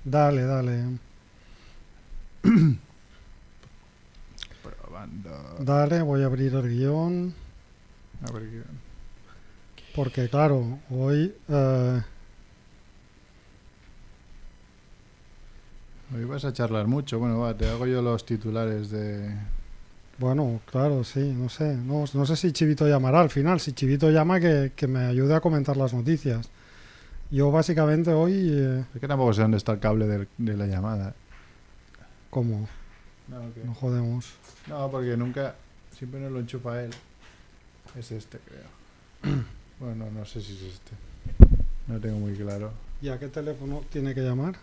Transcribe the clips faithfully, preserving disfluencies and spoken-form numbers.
Dale, dale. Probando. Dale, voy a abrir el guión. A ver qué... Porque, claro, hoy... Eh, Hoy vas a charlar mucho. Bueno, va, te hago yo los titulares de... bueno, claro, sí, no sé. No, no sé si Chivito llamará al final. Si Chivito llama, que, que me ayude a comentar las noticias. Yo, básicamente, hoy... Eh, Es que tampoco sé dónde está el cable de, de la llamada. ¿Cómo? No, ¿qué? No jodemos. No, porque nunca... Siempre nos lo enchufa él. Es este, creo. Bueno, no sé si es este. No tengo muy claro. ¿Y a qué teléfono tiene que llamar?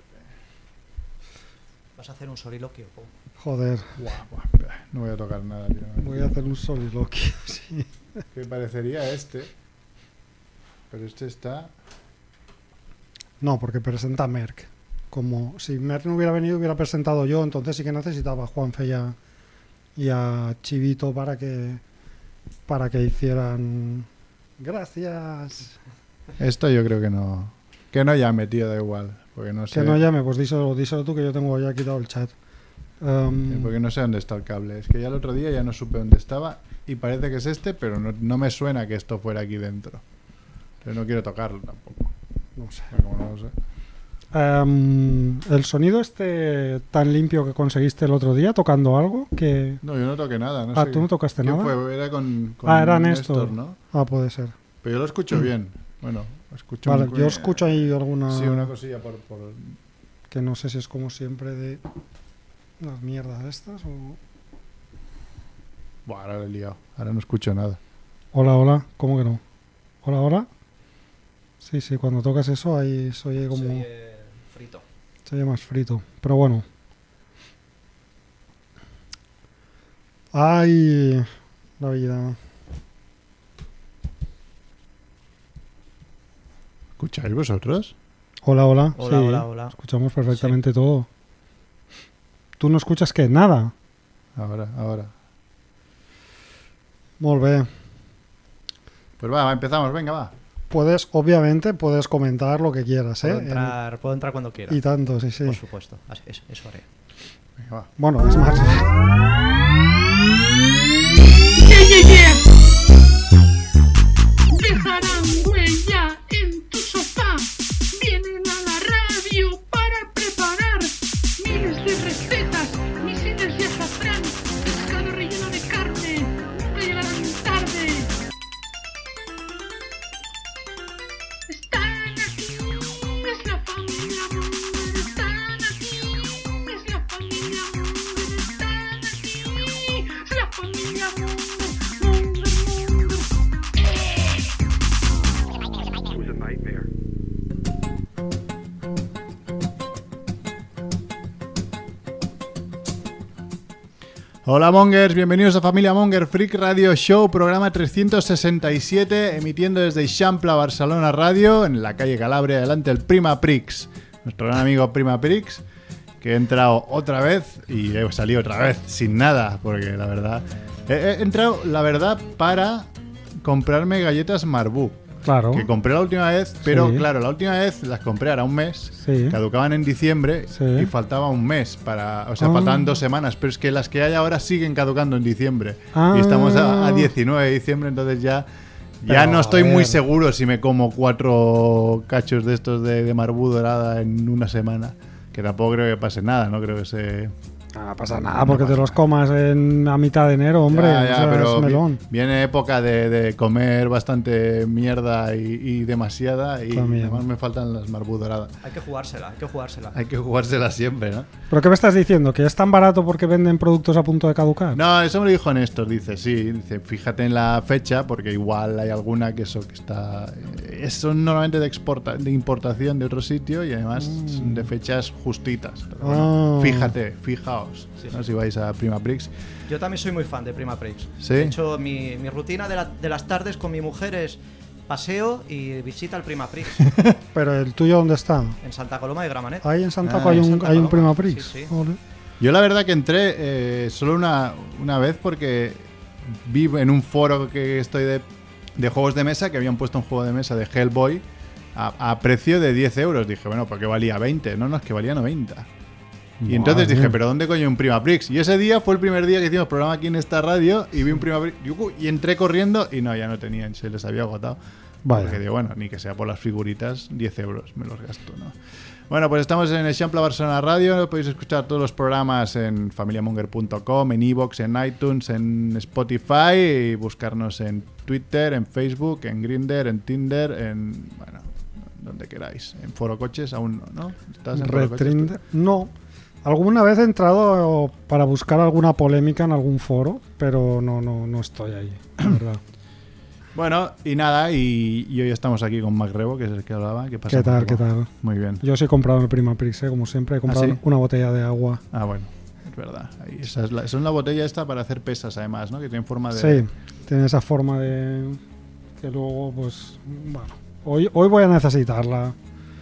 ¿Vas a hacer un soliloquio? Po? Joder, Buah, buah, espera, no voy a tocar nada, tío. voy a hacer un soliloquio, sí. Que parecería este. Pero este está... No, porque presenta Merck. Como si Merck no hubiera venido, hubiera presentado yo, entonces sí que necesitaba a Juanfe y a, y a Chivito para que para que hicieran... Gracias. Esto yo creo que no... Que no llame, tío, da igual. Porque no sé... Que no llame, pues díselo, díselo tú, que yo tengo ya quitado el chat. Um, Porque no sé dónde está el cable. Es que ya el otro día ya no supe dónde estaba y parece que es este, pero no, no me suena que esto fuera aquí dentro. Pero no quiero tocarlo tampoco. no sé. Como no lo sé. Um, el sonido este tan limpio que conseguiste el otro día tocando algo que... No, yo no toqué nada. No ah, sé ¿tú no tocaste ¿Quién nada? fue? Era con, con Ah, era Néstor. ¿no? Ah, puede ser. Pero yo lo escucho bien. Bueno, lo escucho Vale, muy- yo escucho ahí alguna... Sí, una cosilla por... por... que no sé si es como siempre de las mierdas estas o... Buah, ahora lo he liado. Ahora no escucho nada. Hola, hola, ¿cómo que no? Hola, hola. Sí, sí, cuando tocas eso ahí se oye como... Se oye frito. se oye más frito, pero bueno. Ay, la vida. ¿Escucháis vosotros? Hola, hola. Hola, sí, hola, hola. escuchamos perfectamente todo. ¿Tú no escuchas qué? Nada. Ahora, ahora. Molt bé. Pues va, empezamos. Venga, va. Puedes, obviamente, puedes comentar lo que quieras, ¿eh? Puedo entrar, puedo entrar cuando quiera. En- y tanto, sí, sí. Por supuesto. Así- Eso, eso haré. Venga, va. Bueno, es más... Yeah, yeah, yeah. Dejarán huella en tu sofá. Vienen a la radio para preparar miles de recetas, misiles de azafrán, pescado relleno de carne. Nunca llegarán tarde. Están aquí, es la familia Munger. Están aquí, es la familia Munger. Están aquí, es la familia Munger. Munger, Munger. Hola Mongers, bienvenidos a Familia Monger Freak Radio Show, programa trescientos sesenta y siete, emitiendo desde Eixample, Barcelona Radio, en la calle Calabria, delante del Prima Prix, nuestro gran amigo Prima Prix, que he entrado otra vez y he salido otra vez sin nada, porque la verdad... He, he entrado, la verdad, para comprarme galletas Marabou, Claro. que compré la última vez, pero Sí. claro, la última vez las compré ahora un mes, Sí. caducaban en diciembre Sí. y faltaba un mes para, o sea, Ah. faltaban dos semanas, pero es que las que hay ahora siguen caducando en diciembre Ah. y estamos a, a diecinueve de diciembre, entonces ya ya Pero, no estoy a muy ver. seguro si me como cuatro cachos de estos de, de Marabou dorada en una semana, que tampoco creo que pase nada, no creo que se... No pasa nada porque te los comas en, a mitad de enero, hombre. Ya, ya, o sea, pero es vi- melón. viene época de, de comer bastante mierda y, y demasiada y También. además me faltan las Marabou doradas. Hay que jugársela, hay que jugársela. Hay que jugársela siempre, ¿no? ¿Pero qué me estás diciendo? ¿Que es tan barato porque venden productos a punto de caducar? No, eso me lo dijo Néstor, dice, sí, dice, fíjate en la fecha porque igual hay alguna que eso que está... eh, Son normalmente de, exporta, de importación de otro sitio y además son de fechas justitas. Pero bueno, Ah. fíjate, fijaos, Sí. ¿no? Si vais a Prima Prix. Yo también soy muy fan de Prima Prix. ¿Sí? De hecho, mi, mi rutina de, la- de las tardes con mi mujer es paseo y visita al Prima Prix ¿Pero el tuyo dónde está? en Santa Coloma de Gramenet. Ahí en Santa Ah, Co hay en un, Santa hay un Coloma. Prima Prix. Sí, sí. Ole. Yo la verdad que entré eh, solo una, una vez porque vi en un foro que estoy de, de juegos de mesa que habían puesto un juego de mesa de Hellboy a, a precio de diez euros. Dije, bueno, ¿por qué valía veinte? No, no, es que valía noventa. Y Madre entonces dije, mía. ¿pero dónde coño un Prima Prix? Y ese día fue el primer día que hicimos programa aquí en esta radio y vi un Prima Prix y entré corriendo y no, ya no tenían, se les había agotado. Vaya. Porque digo, bueno, ni que sea por las figuritas, diez euros me los gasto, ¿no? Bueno, pues estamos en el Champla Barcelona Radio. Podéis escuchar todos los programas en familiamonger punto com, en iVoox, en iTunes, en Spotify, y buscarnos en Twitter, en Facebook, en Grindr, en Tinder, en... bueno, donde queráis. En Foro Coches aún no, ¿no? ¿Estás en Foro Coches tú? Retrind- No. Alguna vez he entrado para buscar alguna polémica en algún foro, pero no, no, no estoy ahí, la verdad. Bueno, y nada, y, y hoy estamos aquí con Mac Rebo, que es el que hablaba. ¿Qué pasa? ¿Qué tal, Mac qué Rebo? tal? Muy bien. Yo sí he comprado en el Prima Prix, ¿eh? Como siempre. He comprado ¿sí? una botella de agua. Ah, bueno, es verdad. Ahí, esa es la, son la botella esta para hacer pesas, además, ¿no? Que tiene forma de... Sí, tiene esa forma de... que luego, pues... bueno, hoy, hoy voy a necesitarla.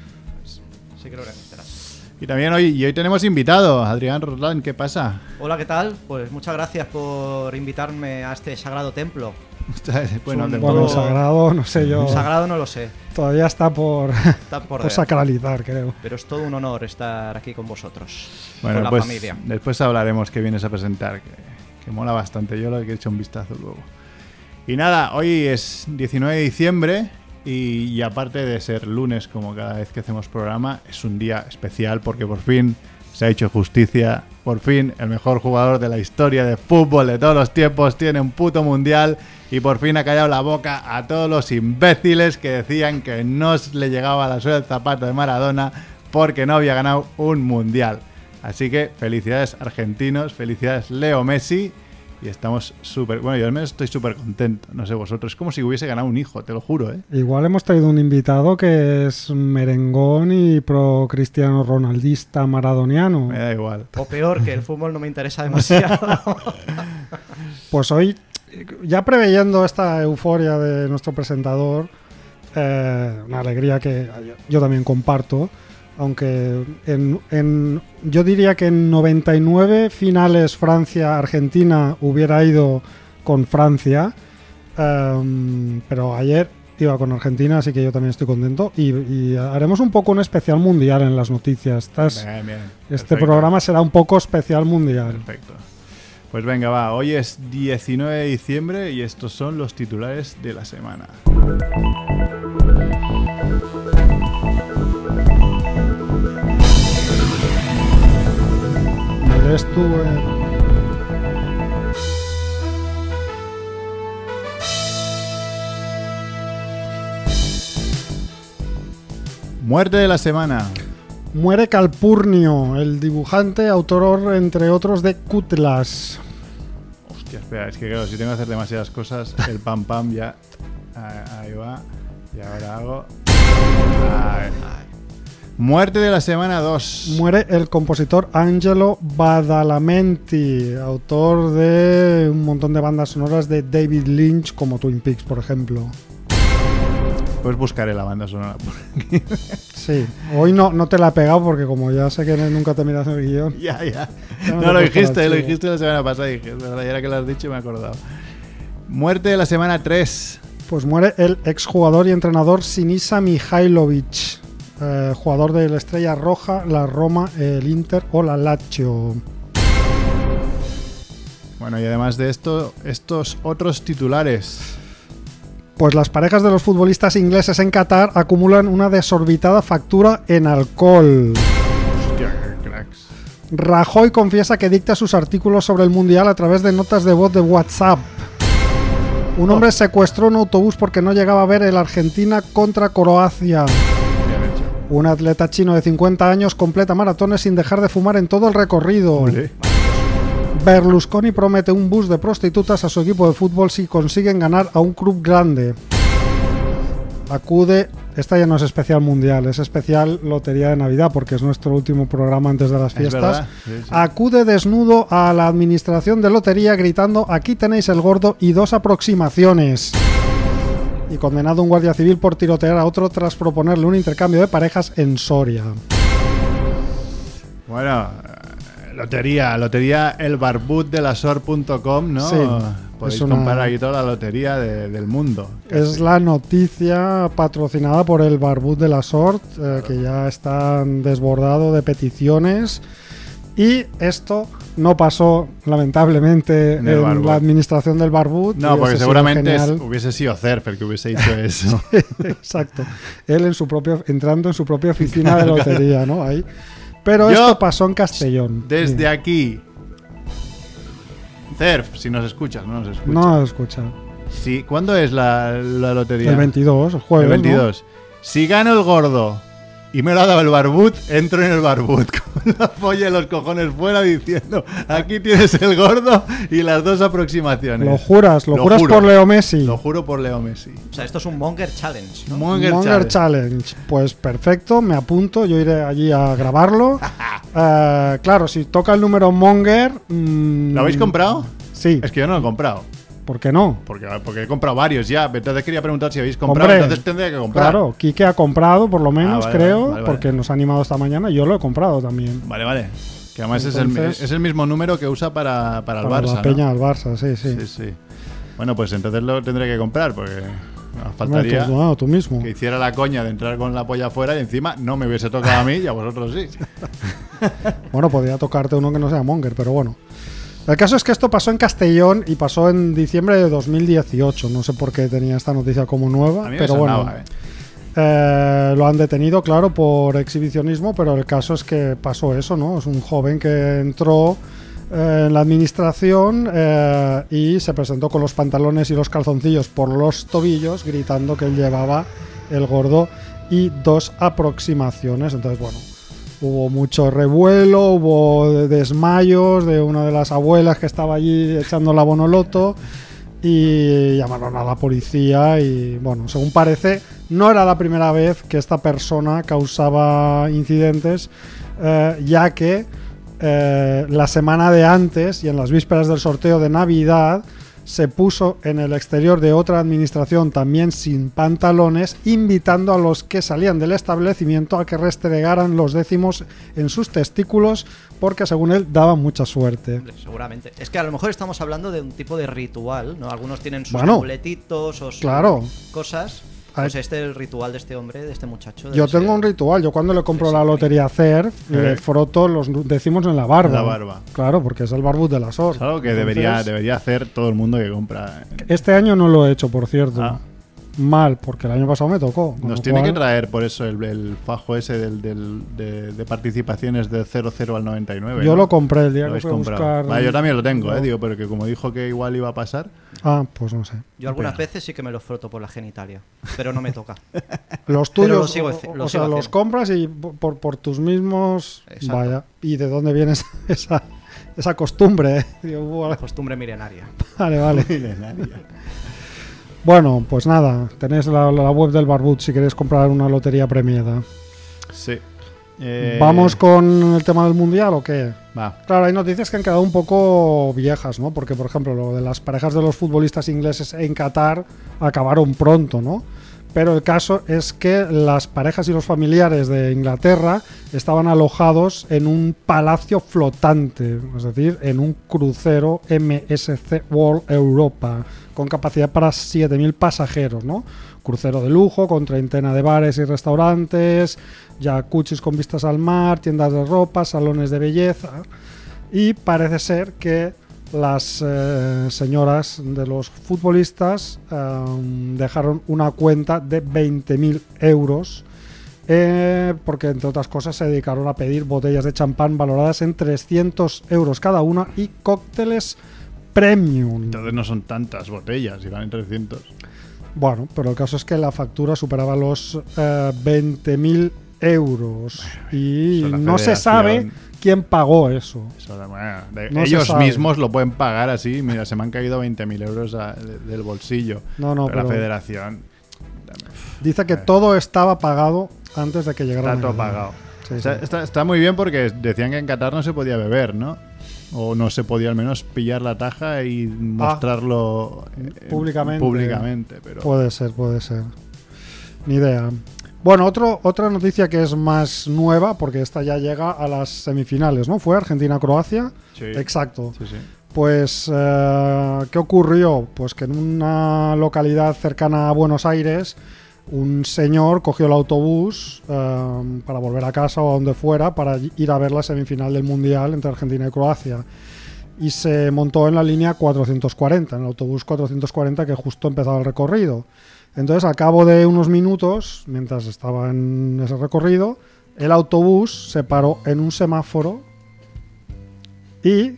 Sí que lo necesitarás. Y también hoy, y hoy tenemos invitado, Adrián Roslán. ¿Qué pasa? Hola, ¿qué tal? Pues muchas gracias por invitarme a este sagrado templo. Bueno, un de Bueno, todo- el sagrado, no sé yo. Sagrado no lo sé, Todavía está por, está por por ver. sacralizar, creo. Pero es todo un honor estar aquí con vosotros, Bueno, con la pues familia. después hablaremos que vienes a presentar, que, que mola bastante. Yo lo he hecho un vistazo luego. Y nada, hoy es diecinueve de diciembre y, y aparte de ser lunes, como cada vez que hacemos programa, es un día especial porque por fin se ha hecho justicia. Por fin el mejor jugador de la historia de fútbol de todos los tiempos tiene un puto mundial y por fin ha callado la boca a todos los imbéciles que decían que no le llegaba a la suela del zapato de Maradona porque no había ganado un mundial. Así que felicidades argentinos, felicidades Leo Messi y estamos súper... Bueno, yo al menos estoy súper contento, no sé vosotros. Es como si hubiese ganado un hijo, te lo juro, ¿eh? Igual hemos traído un invitado que es merengón y pro cristiano ronaldista maradoniano. Me da igual. O peor, que el fútbol no me interesa demasiado. Pues hoy, ya preveyendo esta euforia de nuestro presentador, eh, una alegría que yo también comparto, aunque en, en, yo diría que en noventa y nueve finales Francia-Argentina hubiera ido con Francia, um, pero ayer iba con Argentina, así que yo también estoy contento y, y haremos un poco un especial mundial en las noticias. Estás, Bien, bien. este Perfecto. programa será un poco especial mundial. Perfecto. Pues venga, va. Hoy es diecinueve de diciembre y estos son los titulares de la semana. ¿Me lees tú? eh? Muerte de la semana. Muere Calpurnio, el dibujante, autor, entre otros, de Cutlass. Hostia, espera, es que claro, si tengo que hacer demasiadas cosas, el pam pam ya... ah, Ahí va. Y ahora hago... Ahí. Muerte de la semana dos. Muere el compositor Angelo Badalamenti, autor de un montón de bandas sonoras de David Lynch, como Twin Peaks, por ejemplo. Pues buscaré la banda sonora por aquí. Sí, hoy no, no te la he pegado porque como ya sé que nunca te miras el guión. Ya, ya. Ya me No, lo lo he puesto dijiste, al lo chivo. dijiste la semana pasada. Dije, es verdad, y ahora que lo has dicho me he acordado. Muerte de la semana tres. Pues muere el exjugador y entrenador Sinisa Mihailovic, eh, jugador de la Estrella Roja, la Roma, el Inter o la Lazio. Bueno, y además de esto, estos otros titulares. Pues las parejas de los futbolistas ingleses en Qatar acumulan una desorbitada factura en alcohol. Hostia, qué cracks. Rajoy confiesa que dicta sus artículos sobre el Mundial a través de notas de voz de WhatsApp. Un hombre secuestró un autobús porque no llegaba a ver el Argentina contra Croacia. Bien hecho. Un atleta chino de cincuenta años completa maratones sin dejar de fumar en todo el recorrido. Ole. Berlusconi promete un bus de prostitutas a su equipo de fútbol si consiguen ganar a un club grande. Acude, esta ya no es especial mundial, es especial Lotería de Navidad porque es nuestro último programa antes de las Es fiestas. verdad. Sí, sí. Acude desnudo a la administración de lotería gritando: aquí tenéis el gordo y dos aproximaciones. Y condenado un guardia civil por tirotear a otro tras proponerle un intercambio de parejas en Soria. Bueno, Lotería, lotería el barbut de la sor punto com, ¿no? Sí, Podéis es una- comprar ahí toda la lotería de- del mundo. Es la noticia patrocinada por el Barbud de la Sort, eh, que ya está desbordado de peticiones. Y esto no pasó, lamentablemente, En en, el Barbud. la administración del Barbud. No, porque Hubiese sido seguramente es- genial. hubiese sido Cerf el que hubiese dicho eso. Exacto. Él en su propio, entrando en su propia oficina de lotería, ¿no? Ahí. Pero Yo, esto pasó en Castellón. Desde Sí. aquí, Cerf, si nos escuchas, no nos escuchas. No escucha. Sí, ¿cuándo es la, la lotería? El veintidós, el jueves. El ¿no? veintidós. Si gano el gordo y me lo ha dado el barbut, entro en el barbut con la polla y los cojones fuera diciendo: aquí tienes el gordo y las dos aproximaciones. Lo juras, lo, Lo juras juro. por Leo Messi. Lo juro por Leo Messi. O sea, esto es un Monger Challenge, ¿no? Monger Monger Challenge. Challenge. Pues perfecto, me apunto, yo iré allí a grabarlo. Eh, claro, si toca el número Monger... mm, ¿Lo habéis comprado? Sí, Es que yo no lo he comprado. ¿por qué no? Porque, porque he comprado varios ya. Entonces quería preguntar si habéis comprado. Hombre, entonces tendría que comprar. Claro, Quique ha comprado por lo menos, vale, creo, vale, vale, vale. porque nos ha animado esta mañana. Yo lo he comprado también. Vale, vale. Que además es, Entonces- el, es el mismo número que usa para, para el Para Barça. la ¿no? peña del Barça, sí, sí. Sí, sí. Bueno, pues entonces lo tendré que comprar porque nos Hombre, faltaría tú, no, tú mismo. que hiciera la coña de entrar con la polla afuera y encima no me hubiese tocado a mí y a vosotros sí. Bueno, podría tocarte uno que no sea Monger, pero bueno. El caso es que esto pasó en Castellón y pasó en diciembre de dos mil dieciocho. No sé por qué tenía esta noticia como nueva, A mí me pero sonaba, bueno. ¿eh? Eh, lo han detenido, claro, por exhibicionismo, pero el caso es que pasó eso, ¿no? Es un joven que entró eh, en la administración eh, y se presentó con los pantalones y los calzoncillos por los tobillos, gritando que él llevaba el gordo y dos aproximaciones. Entonces, bueno, hubo mucho revuelo, hubo desmayos de una de las abuelas que estaba allí echando la bonoloto y llamaron a la policía y, bueno, según parece, no era la primera vez que esta persona causaba incidentes, eh, ya que eh, la semana de antes y en las vísperas del sorteo de Navidad se puso en el exterior de otra administración también sin pantalones, invitando a los que salían del establecimiento a que restregaran los décimos en sus testículos porque según él daba mucha suerte. Hombre, seguramente. Es que a lo mejor estamos hablando de un tipo de ritual, ¿no? Algunos tienen sus Bueno, amuletitos o sus claro. cosas. A Pues ver. este es el ritual de este hombre, de este muchacho. Yo debe tengo ser- un ritual, yo cuando le compro Sí, la sí. lotería CERF Eh. le froto los décimos en la barba. En la barba. Claro, porque es el barbud de la S O R. Es algo que Entonces, debería, debería hacer todo el mundo que compra. Este año no lo he hecho, por cierto. Ah. Mal, porque el año pasado me tocó. con Nos lo tiene cual- que traer por eso el, el fajo ese del, del- de, de participaciones del cero cero al noventa y nueve. Yo ¿no? lo compré el día Lo que habéis fui a comprado. buscar. Vale, yo también lo tengo, No. eh, digo, pero que como dijo que igual iba a pasar. Ah, pues no sé. Yo algunas Espera. veces sí que me lo froto por la genitalia, pero no me toca. Los Pero tuyos, lo sigo o, haci- o lo sea, sigo los haciendo. compras y por, por tus mismos. Exacto. Vaya. ¿Y de dónde viene esa, esa, esa costumbre? eh? Digo, buah, Costumbre milenaria. vale, vale. Milenaria. Bueno, pues nada, tenéis la, la web del Barbud si queréis comprar una lotería premiada. Sí. Eh, ¿Vamos con el tema del mundial o qué? Va. Claro, hay noticias que han quedado un poco viejas, ¿no? Porque, por ejemplo, lo de las parejas de los futbolistas ingleses en Qatar acabaron pronto, ¿no? Pero el caso es que las parejas y los familiares de Inglaterra estaban alojados en un palacio flotante, es decir, en un crucero M S C World Europa, con capacidad para siete mil pasajeros, ¿no? Crucero de lujo, con treintena de bares y restaurantes, jacuzzis con vistas al mar, tiendas de ropa, salones de belleza. Y parece ser que las eh, señoras de los futbolistas eh, dejaron una cuenta de veinte mil euros eh, porque entre otras cosas se dedicaron a pedir botellas de champán valoradas en trescientos euros cada una y cócteles premium. Entonces no son tantas botellas, iban en trescientos. Bueno, pero el caso es que la factura superaba los eh, veinte mil euros y eso es la no se federación. sabe quién pagó eso. Eso, bueno, de- No se ellos sabe. mismos lo pueden pagar así. Mira, se me han caído veinte mil euros a- de- del bolsillo. No, no, pero, la pero federación dice que Eh. todo estaba pagado antes de que llegara está todo Navidad. pagado. Sí, Está, sí. está- está muy bien porque decían que en Qatar no se podía beber, ¿no? O no se podía al menos pillar la taja y mostrarlo eh, Públicamente. públicamente, pero Puede ser, puede ser. Ni idea. Bueno, otro, otra noticia que es más nueva, porque esta ya llega a las semifinales, ¿no? ¿Fue Argentina-Croacia? Sí. Exacto. Sí, sí. Pues, eh, ¿qué ocurrió? Pues que en una localidad cercana a Buenos Aires, un señor cogió el autobús eh, para volver a casa o a donde fuera para ir a ver la semifinal del Mundial entre Argentina y Croacia. Y se montó en la línea cuatrocientos cuarenta, en el autobús cuatrocientos cuarenta que justo empezaba el recorrido. Entonces, al cabo de unos minutos, mientras estaba en ese recorrido, el autobús se paró en un semáforo y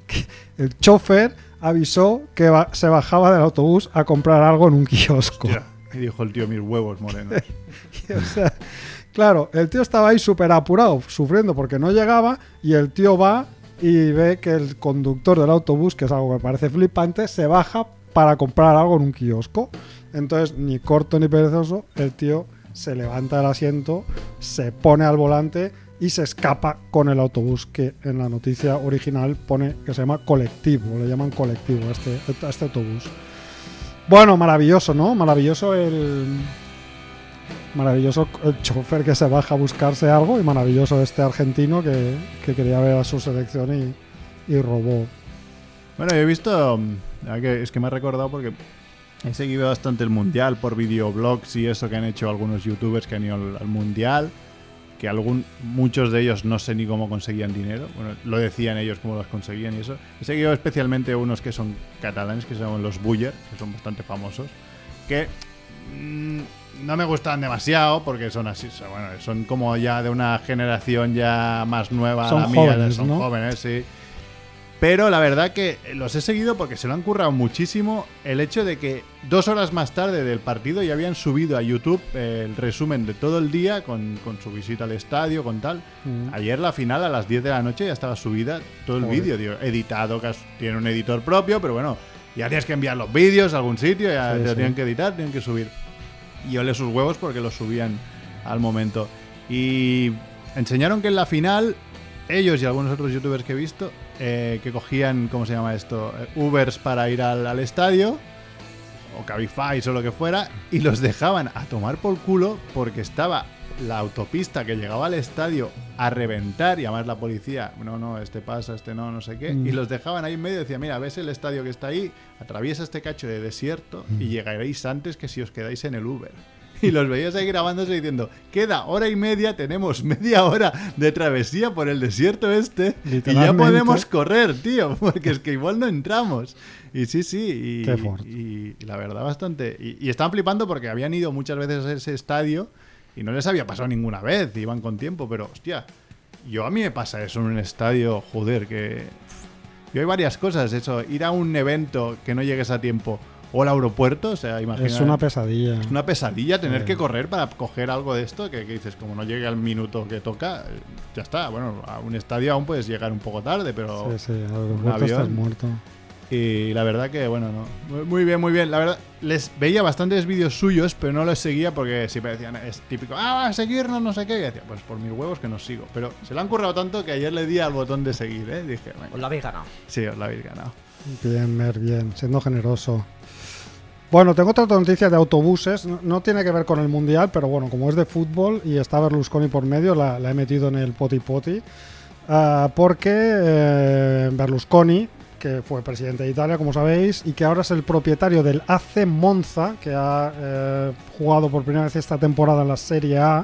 el chofer avisó que va, se bajaba del autobús a comprar algo en un kiosco. Hostia. Y dijo el tío, mis huevos morenos. O sea, claro, el tío estaba ahí súper apurado, sufriendo porque no llegaba, y el tío va y ve que el conductor del autobús, que es algo que me parece flipante, se baja para comprar algo en un kiosco. Entonces, ni corto ni perezoso, el tío se levanta del asiento, se pone al volante y se escapa con el autobús, que en la noticia original pone que se llama colectivo, le llaman colectivo a este, a este autobús. Bueno, maravilloso, ¿no? Maravilloso el... Maravilloso el chofer que se baja a buscarse algo, y maravilloso este argentino que, que quería ver a su selección y, y robó. Bueno, yo he visto... Es que me ha recordado porque he seguido bastante el Mundial por videoblogs y eso que han hecho algunos youtubers que han ido al, al Mundial, que algún, muchos de ellos no sé ni cómo conseguían dinero. Bueno, lo decían ellos cómo los conseguían y eso. He seguido especialmente unos que son catalanes, que son los Buller, que son bastante famosos, que mmm, no me gustan demasiado porque son así, bueno, son como ya de una generación ya más nueva. Son la jóvenes, mía, son ¿no? jóvenes, sí. Pero la verdad que los he seguido porque se lo han currado muchísimo el hecho de que dos horas más tarde del partido ya habían subido a YouTube eh, el resumen de todo el día con, con su visita al estadio, con tal. Mm. Ayer la final a las diez de la noche ya estaba subida todo el vídeo, tío, editado, que tiene un editor propio, pero bueno, ya tienes que enviar los vídeos a algún sitio, ya sí, te sí. tienen que editar, tienen que subir. Y olé sus huevos porque los subían al momento. Y enseñaron que en la final, ellos y algunos otros youtubers que he visto, Eh, que cogían, ¿cómo se llama esto? Ubers para ir al, al estadio, o Cabify o lo que fuera, y los dejaban a tomar por culo porque estaba la autopista que llegaba al estadio a reventar, y además la policía, no, no, este pasa, este no, no sé qué, mm. y los dejaban ahí en medio y decían, mira, ves el estadio que está ahí, atraviesa este cacho de desierto mm. y llegaréis antes que si os quedáis en el Uber. Y los veías ahí grabándose diciendo, queda hora y media, tenemos media hora de travesía por el desierto este y ya podemos correr, tío, porque es que igual no entramos. Y sí, sí, y, Qué fuerte. y, y la verdad bastante. Y, y estaban flipando porque habían ido muchas veces a ese estadio y no les había pasado ninguna vez, iban con tiempo, pero hostia, yo a mí me pasa eso en un estadio, joder, que... Yo hay varias cosas, eso, ir a un evento que no llegues a tiempo... O el aeropuerto, o sea, imagina. Es una pesadilla. Es una pesadilla tener sí. que correr para coger algo de esto, que, que dices, como no llegue al minuto que toca, ya está. Bueno, a un estadio aún puedes llegar un poco tarde, pero... Sí, sí, al aeropuerto estás muerto. Y la verdad que, bueno, no. Muy bien, muy bien. La verdad, les veía bastantes vídeos suyos, pero no los seguía porque siempre decían, es típico, ah, va a seguirnos, no sé qué. Y decía, pues por mis huevos que no sigo. Pero se lo han currado tanto que ayer le di al botón de seguir, ¿eh? Dije, venga. Os la habéis ganado. Sí, os la habéis ganado. Bien, Mer, bien, siendo generoso. Bueno, tengo otra noticia de autobuses, no, no tiene que ver con el Mundial, pero bueno, como es de fútbol y está Berlusconi por medio, la, la he metido en el poti poti, uh, porque eh, Berlusconi, que fue presidente de Italia, como sabéis, y que ahora es el propietario del A C Monza, que ha eh, jugado por primera vez esta temporada en la Serie A,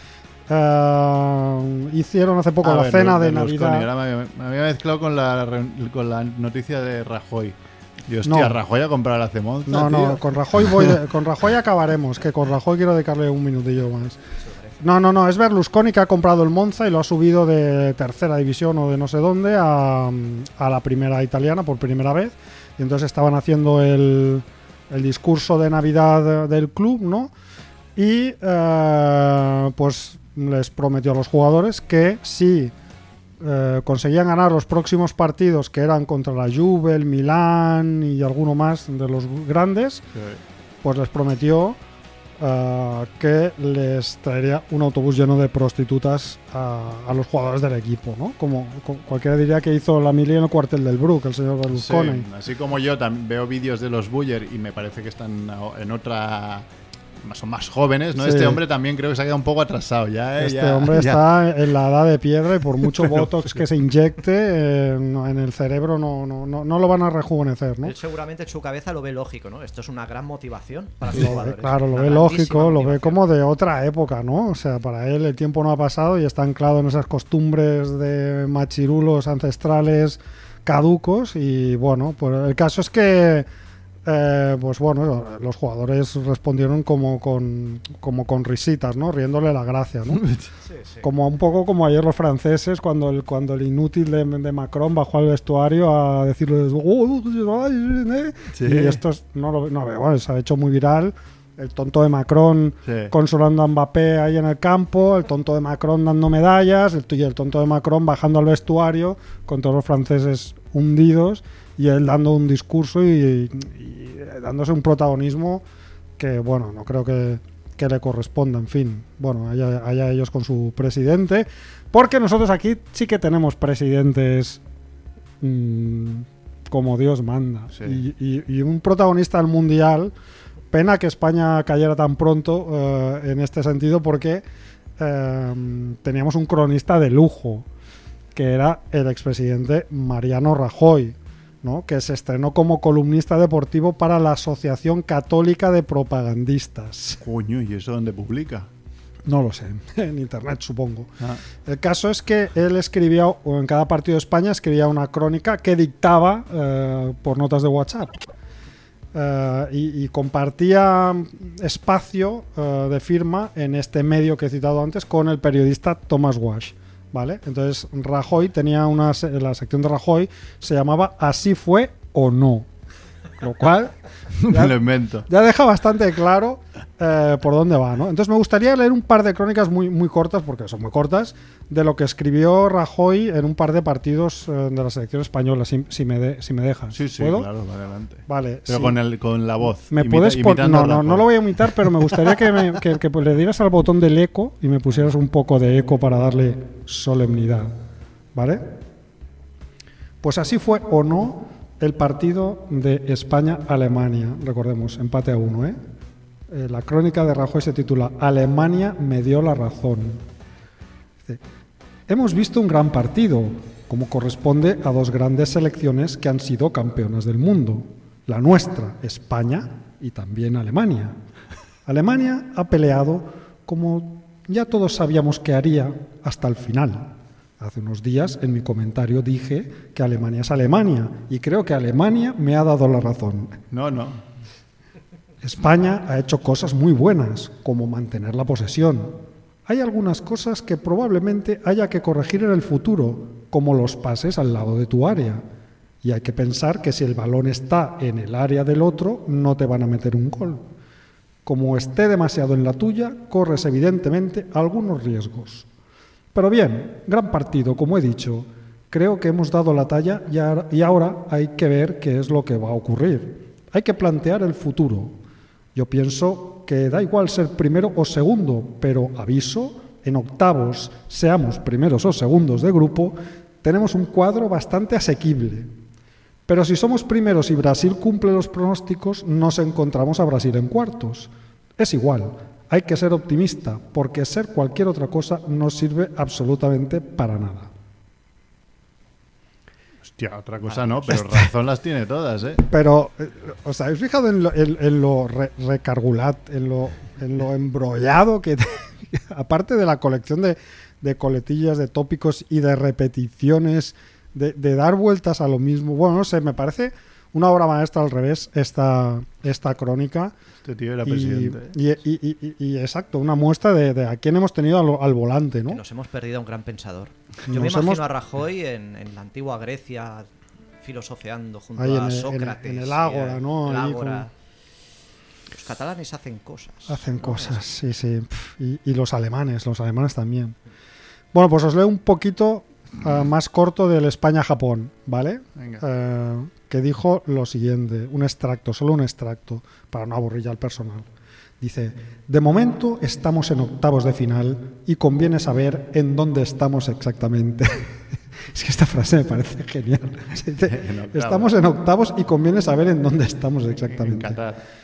uh, hicieron hace poco ah, la ver, cena Berlusconi, de Navidad. Ahora me, me había mezclado con la, con la noticia de Rajoy. Y hostia, no. Rajoy a comprar la C Monza. No, tío. no, con Rajoy voy de, con Rajoy acabaremos, que con Rajoy quiero dedicarle un minutillo más. No, no, no, es Berlusconi que ha comprado el Monza y lo ha subido de tercera división o de no sé dónde a, a la primera italiana por primera vez. Y entonces estaban haciendo el, el discurso de Navidad del club, ¿no? Y eh, pues les prometió a los jugadores que si eh, conseguían ganar los próximos partidos, que eran contra la Juve, el Milán y alguno más de los grandes, sí. pues les prometió Uh, que les traería un autobús lleno de prostitutas a, a los jugadores del equipo, ¿no? Como, como cualquiera diría que hizo la mili en el cuartel del Brook, el señor Berlusconi. Sí, así como yo también veo vídeos de los Buller y me parece que están en otra son más jóvenes, ¿no? Sí. Este hombre también creo que se ha quedado un poco atrasado ya, ¿eh? Este Ya- hombre ya. está en la edad de piedra y por mucho botox que se inyecte eh, no- en el cerebro no, no, no, no lo van a rejuvenecer, ¿no? Él seguramente en su cabeza lo ve lógico, ¿no? Esto es una gran motivación para sus Lo ve, jugadores. claro, lo Una ve grandísima lógico, lo ve motivación. como de otra época, ¿no? O sea, para él el tiempo no ha pasado y está anclado en esas costumbres de machirulos ancestrales caducos y bueno, pues el caso es que eh, pues bueno, los jugadores respondieron como con, como con risitas, ¿no? Riéndole la gracia, ¿no? Sí, sí. Como un poco como ayer los franceses cuando el, cuando el inútil de, de Macron bajó al vestuario a decirles "Oh, ay, eh". Sí. Y estos no lo no, bueno, se ha hecho muy viral el tonto de Macron Sí. consolando a Mbappé ahí en el campo, el tonto de Macron dando medallas, el, y el tonto de Macron bajando al vestuario con todos los franceses hundidos y él dando un discurso y, y dándose un protagonismo que, bueno, no creo que, que le corresponda, en fin. Bueno, allá, allá ellos con su presidente, porque nosotros aquí sí que tenemos presidentes mmm, como Dios manda. Sí. Y, y- y un protagonista del Mundial. Pena que España cayera tan pronto eh, en este sentido porque eh, teníamos un cronista de lujo, que era el expresidente Mariano Rajoy, ¿no? Que se estrenó como columnista deportivo para la Asociación Católica de Propagandistas. Coño, ¿y eso dónde publica? No lo sé, en internet supongo. Ah, El caso es que él escribía, o en cada partido de España escribía una crónica que dictaba eh, por notas de WhatsApp. Eh, y, y compartía espacio eh, de firma en este medio que he citado antes con el periodista Thomas Wash, ¿vale? Entonces Rajoy tenía una se- la sección de Rajoy se llamaba Así fue o no, lo cual me lo invento. ya deja bastante claro eh, por dónde va, ¿no? Entonces me gustaría leer un par de crónicas muy, muy cortas, porque son muy cortas, de lo que escribió Rajoy en un par de partidos eh, de la selección española, si, si, me, de- si me dejas. Sí, sí, ¿Puedo? claro, va adelante. Vale. Pero sí. con, el, con la voz. ¿Me imita- puedes pon- imitando a No, no, Rajoy. no lo voy a imitar, pero me gustaría que, me- que- que le dieras al botón del eco y me pusieras un poco de eco para darle solemnidad. ¿Vale? Pues así fue o no el partido de España-Alemania. Recordemos, empate a uno, ¿eh? Eh, la crónica de Rajoy se titula Alemania me dio la razón. Dice, hemos visto un gran partido, como corresponde a dos grandes selecciones que han sido campeonas del mundo. La nuestra, España, y también Alemania. Alemania ha peleado como ya todos sabíamos que haría hasta el final. Hace unos días en mi comentario dije que Alemania es Alemania y creo que Alemania me ha dado la razón. No, no. España ha hecho cosas muy buenas, como mantener la posesión. Hay algunas cosas que probablemente haya que corregir en el futuro, como los pases al lado de tu área. Y hay que pensar que si el balón está en el área del otro, no te van a meter un gol. Como esté demasiado en la tuya, corres evidentemente algunos riesgos. Pero bien, gran partido, como he dicho. Creo que hemos dado la talla y ahora- y ahora hay que ver qué es lo que va a ocurrir. Hay que plantear el futuro. Yo pienso que da igual ser primero o segundo, pero aviso, en octavos, seamos primeros o segundos de grupo, tenemos un cuadro bastante asequible. Pero si somos primeros y Brasil cumple los pronósticos, nos encontramos a Brasil en cuartos. Es igual, hay que ser optimista, porque ser cualquier otra cosa no sirve absolutamente para nada. Hostia, otra cosa no, pero razón las tiene todas, ¿eh? Pero, eh, ¿os habéis fijado en lo, en, en lo re- recargulat, en lo, en lo embrollado que, aparte de la colección de, de coletillas, de tópicos y de repeticiones, de, de dar vueltas a lo mismo? Bueno, no sé, me parece una obra maestra al revés esta, esta crónica. Este tío era Y, presidente. y, y- y- y- y, exacto, una muestra de, de a quién hemos tenido al, al volante, ¿no? Que nos hemos perdido a un gran pensador. Yo Nos me imagino hemos- a Rajoy en, en la antigua Grecia filosofeando junto Ahí a en el- en el- Sócrates. en el y ágora, a- ¿no? el Ahí ágora. Los catalanes hacen cosas. Hacen cosas, sí, sí. Pf, Y, y los alemanes, los alemanes también. Bueno, pues os leo un poquito eh, más corto del España-Japón, ¿vale? Venga. Eh, que dijo lo siguiente, un extracto, solo un extracto, para no aburrir ya al personal. Dice, de momento estamos en octavos de final y conviene saber en dónde estamos exactamente. Es que esta frase me parece genial. Dice, En octavos. estamos en octavos y conviene saber en dónde estamos En exactamente. Qatar.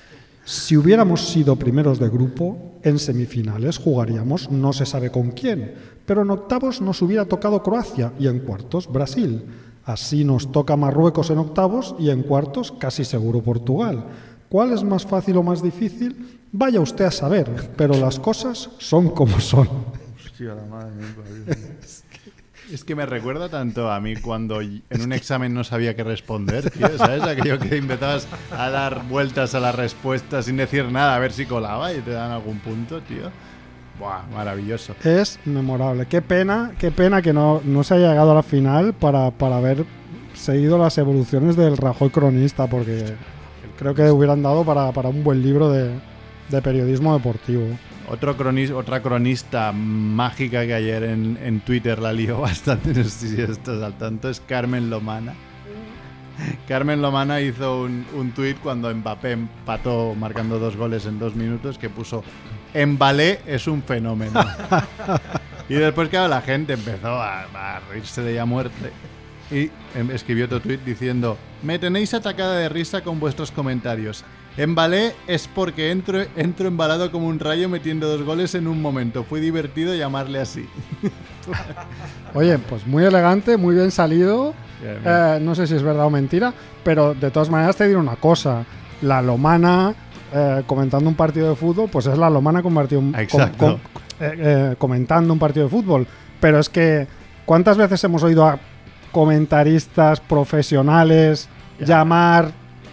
Si hubiéramos sido primeros de grupo, en semifinales jugaríamos no se sabe con quién, pero en octavos nos hubiera tocado Croacia y en cuartos Brasil. Así nos toca Marruecos en octavos y en cuartos casi seguro Portugal. ¿Cuál es más fácil o más difícil? Vaya usted a saber, pero las cosas son como son. Hostia, la madre mía. Es que me recuerda tanto a mí cuando en un examen no sabía qué responder, tío, ¿sabes? Aquello que empezabas a dar vueltas a las respuestas sin decir nada, a ver si colaba y te dan algún punto, tío. Buah, maravilloso. Es memorable. Qué pena, qué pena que no, no se haya llegado a la final para, para haber seguido las evoluciones del Rajoy cronista, porque creo que hubieran dado para, para un buen libro de, de periodismo deportivo. Otro cronis, otra cronista mágica que ayer en, en Twitter la lió bastante, no sé si estás al tanto, es Carmen Lomana. Carmen Lomana hizo un, un tuit cuando Mbappé empató marcando dos goles en dos minutos que puso Mbalé es un fenómeno. Y después, claro, la gente empezó a, a reírse de ella a muerte y escribió otro tuit diciendo: me tenéis atacada de risa con vuestros comentarios. Embalé es porque entro, entro embalado como un rayo metiendo dos goles en un momento. Fue divertido llamarle así. Oye, pues muy elegante, muy bien salido. Bien, bien. Eh, no sé si es verdad o mentira, pero de todas maneras te diré una cosa. La Lomana eh, comentando un partido de fútbol, pues es la Lomana convertido en, Exacto. com, com, eh, eh, comentando un partido de fútbol. Pero es que, ¿cuántas veces hemos oído a comentaristas profesionales Ya. llamar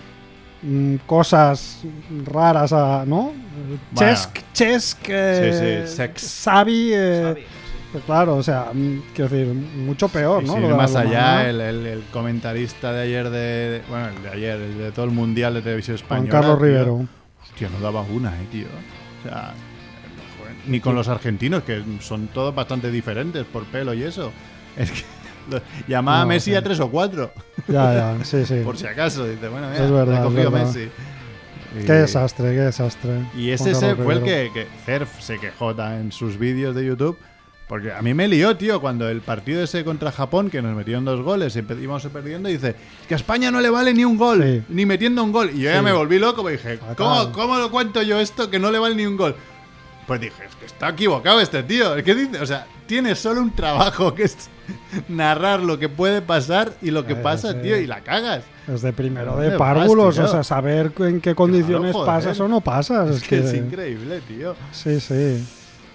cosas raras a, ¿no? Bueno. Chesk, Chesk, eh, Sí, sí, sex. Xavi, eh, Xavi, sí. pues claro, o sea, mm, quiero decir, mucho peor, Y ¿no? sin Lo ir de la más Lomana. allá, el, el, el comentarista de ayer, de, de- bueno, el de ayer, el de todo el Mundial de Televisión Juan Española. Carlos tío. Rivero. Hostia, no daba una, eh, tío. O sea, joder, ni con los argentinos, que son todos bastante diferentes por pelo y eso. Es que lo- llamaba No, a Messi sí. a tres o cuatro, Ya, ya, sí, sí. por si acaso. Dice, bueno, mira, Es verdad, le ha cogido es verdad. Messi. Y- Qué desastre, qué desastre. Y Juan ese, ese Carlos fue el Rivero. que, que Cerf se quejó ta- en sus vídeos de YouTube. Porque a mí me lió, tío, cuando el partido ese contra Japón, que nos metieron dos goles y empe- íbamos perdiendo, dice que a España no le vale ni un gol, Sí. ni metiendo un gol. Y yo ya Sí. me volví loco, me dije, Fatal. ¿cómo, ¿cómo lo cuento yo esto que no le vale ni un gol? Pues dije, es que está equivocado este tío. ¿Qué dice? O sea, tiene solo un trabajo que es narrar lo que puede pasar y lo que Eh, pasa, sí. tío, y la cagas. Es de primero ¿Dónde de vas, párvulos, tío? o sea, saber en qué condiciones Claro, joder. pasas o no pasas. Es Es que que, es increíble, tío. sí, sí.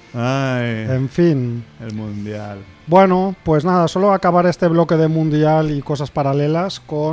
Ay, En fin. el mundial. Bueno, pues nada, solo acabar este bloque de mundial y cosas paralelas con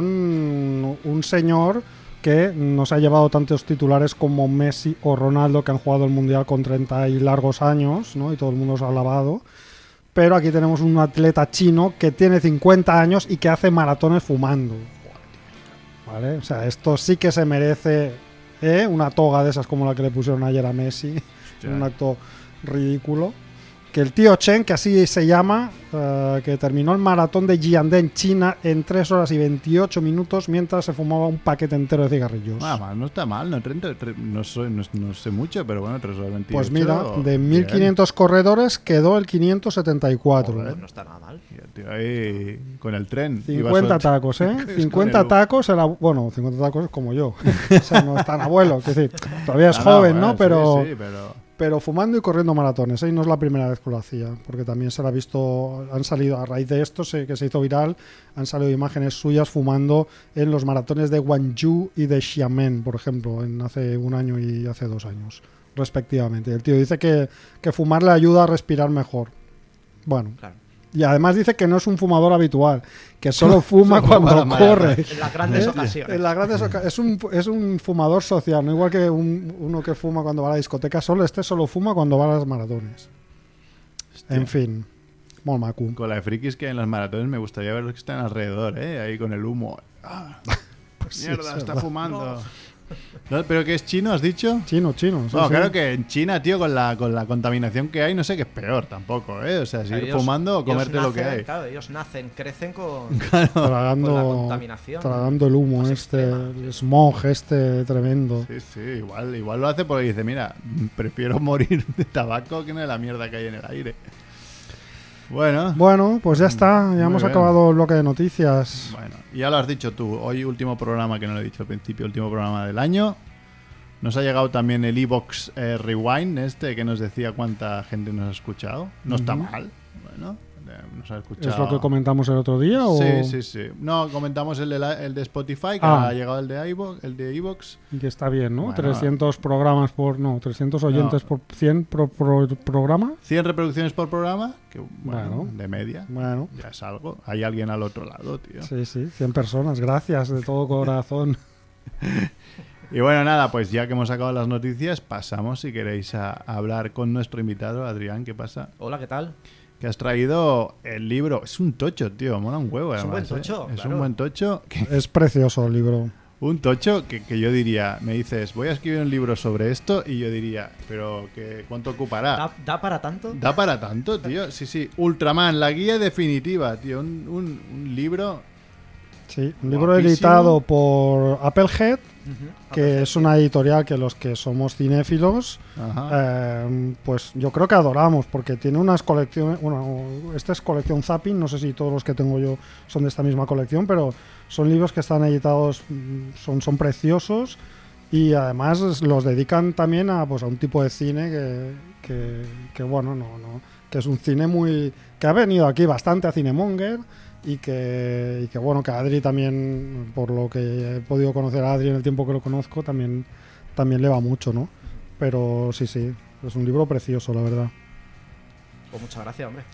un señor que nos ha llevado tantos titulares como Messi o Ronaldo, que han jugado el mundial con treinta y largos años, ¿no? Y todo el mundo se ha alabado. Pero aquí tenemos un atleta chino que tiene cincuenta años y que hace maratones fumando. ¿Vale? O sea, esto sí que se merece, ¿eh? Una toga de esas como la que le pusieron ayer a Messi. Hostia. Un acto ridículo. Que el tío Chen, que así se llama, uh, que terminó el maratón de Jiangnan, China, en tres horas y veintiocho minutos mientras se fumaba un paquete entero de cigarrillos. Ah, mal, no está mal, no, treinta, tre- no, soy- no, no sé mucho, pero bueno, tres horas veintiocho. Pues mira, de bien. mil quinientos corredores quedó el quinientos setenta y cuatro. Joder, no está nada mal. Y el tío ahí con el tren. iba cincuenta sol- tacos, ¿eh? con cincuenta el- tacos, el ab- bueno, cincuenta tacos como yo. O sea, no es tan abuelo, es decir, todavía es Ah, no, joven, bueno, ¿no? sí, Pero, sí, pero... pero fumando y corriendo maratones, ¿eh? Y no es la primera vez que lo hacía, porque también se la ha visto, han salido, a raíz de esto sé que se hizo viral, han salido imágenes suyas fumando en los maratones de Guangzhou y de Xiamen, por ejemplo, en hace un año y hace dos años, respectivamente. El tío dice que, que fumar le ayuda a respirar mejor. Bueno, Claro. y además dice que no es un fumador habitual, que solo fuma Solo cuando fuma para corre. En las grandes ¿Eh? ocasiones. En las grandes oca- es, un, es un fumador social, no igual que un- uno que fuma cuando va a la discoteca solo, este solo fuma cuando va a las maratones. Hostia. En fin, molt maco. Con la de frikis que hay en las maratones me gustaría ver los que están alrededor, ¿eh? Ahí con el humo. Ah, Pues sí, mierda, es está verdad. fumando. ¿No? ¿Pero qué es chino, has dicho? Chino, chino. sí, Bueno, sí. claro que en China, tío, con la, con la contaminación que hay, no sé qué es peor tampoco, ¿eh? O sea, seguir Ellos- fumando o ellos comerte lo que nacen- hay. Claro, ellos nacen, crecen con, Tragando, con la contaminación. tragando el humo más este, extrema. el smog este tremendo. Sí, sí, igual, igual lo hace porque dice, mira, prefiero morir de tabaco que no de la mierda que hay en el aire. Bueno, Bueno, pues ya está, ya Muy hemos bien. acabado el bloque de noticias. bueno, ya lo has dicho tú. Hoy último programa, que no lo he dicho al principio, último programa del año. Nos ha llegado también el iVoox eh, Rewind, este que nos decía cuánta gente nos ha escuchado. No está Ujú. mal. Bueno, eh, nos ha escuchado. ¿Es lo que comentamos el otro día? O... Sí, sí, sí. No, comentamos el de, la- el de Spotify, que Ah. ha llegado el de iVoox, el de iVoox. Y que está bien, ¿no? Bueno. trescientos programas por... No, trescientos oyentes No. por cien pro- pro- programa. cien reproducciones por programa, que bueno, Bueno. de media. Bueno, Ya es algo. Hay alguien al otro lado, tío. sí, sí, cien personas. Gracias de todo corazón. Y bueno, nada, pues ya que hemos sacado las noticias, pasamos, si queréis, a, a hablar con nuestro invitado, Adrián. ¿Qué pasa? Hola, ¿qué tal? Que has traído el libro. Es un tocho, tío. Mola un huevo, Es un además. buen tocho, ¿eh? Es claro. un buen tocho. que- Es precioso el libro. Un tocho que, que yo diría, me dices, voy a escribir un libro sobre esto, y yo diría, pero que ¿cuánto ocupará? ¿Da, da para tanto? ¿Da para tanto, tío? Sí, sí. Ultraman, la guía definitiva, tío. Un, un- un libro. Sí, un libro Guapísimo. editado por Applehead, Ujú. que Perfecto. es una editorial que los que somos cinéfilos, Ajá. eh, pues yo creo que adoramos, porque tiene unas colecciones, bueno, esta es colección Zapping, no sé si todos los que tengo yo son de esta misma colección, pero son libros que están editados, mm, son, son preciosos, y además es- los dedican también a, pues, a un tipo de cine que, que, que, bueno, no, no, que es un cine muy, que ha venido aquí bastante a Cinemonger, y que, y que bueno, que Adri también, por lo que he podido conocer a Adri en el tiempo que lo conozco, también, también le va mucho, ¿no? Pero sí, sí, es un libro precioso, la verdad. Pues muchas gracias, hombre.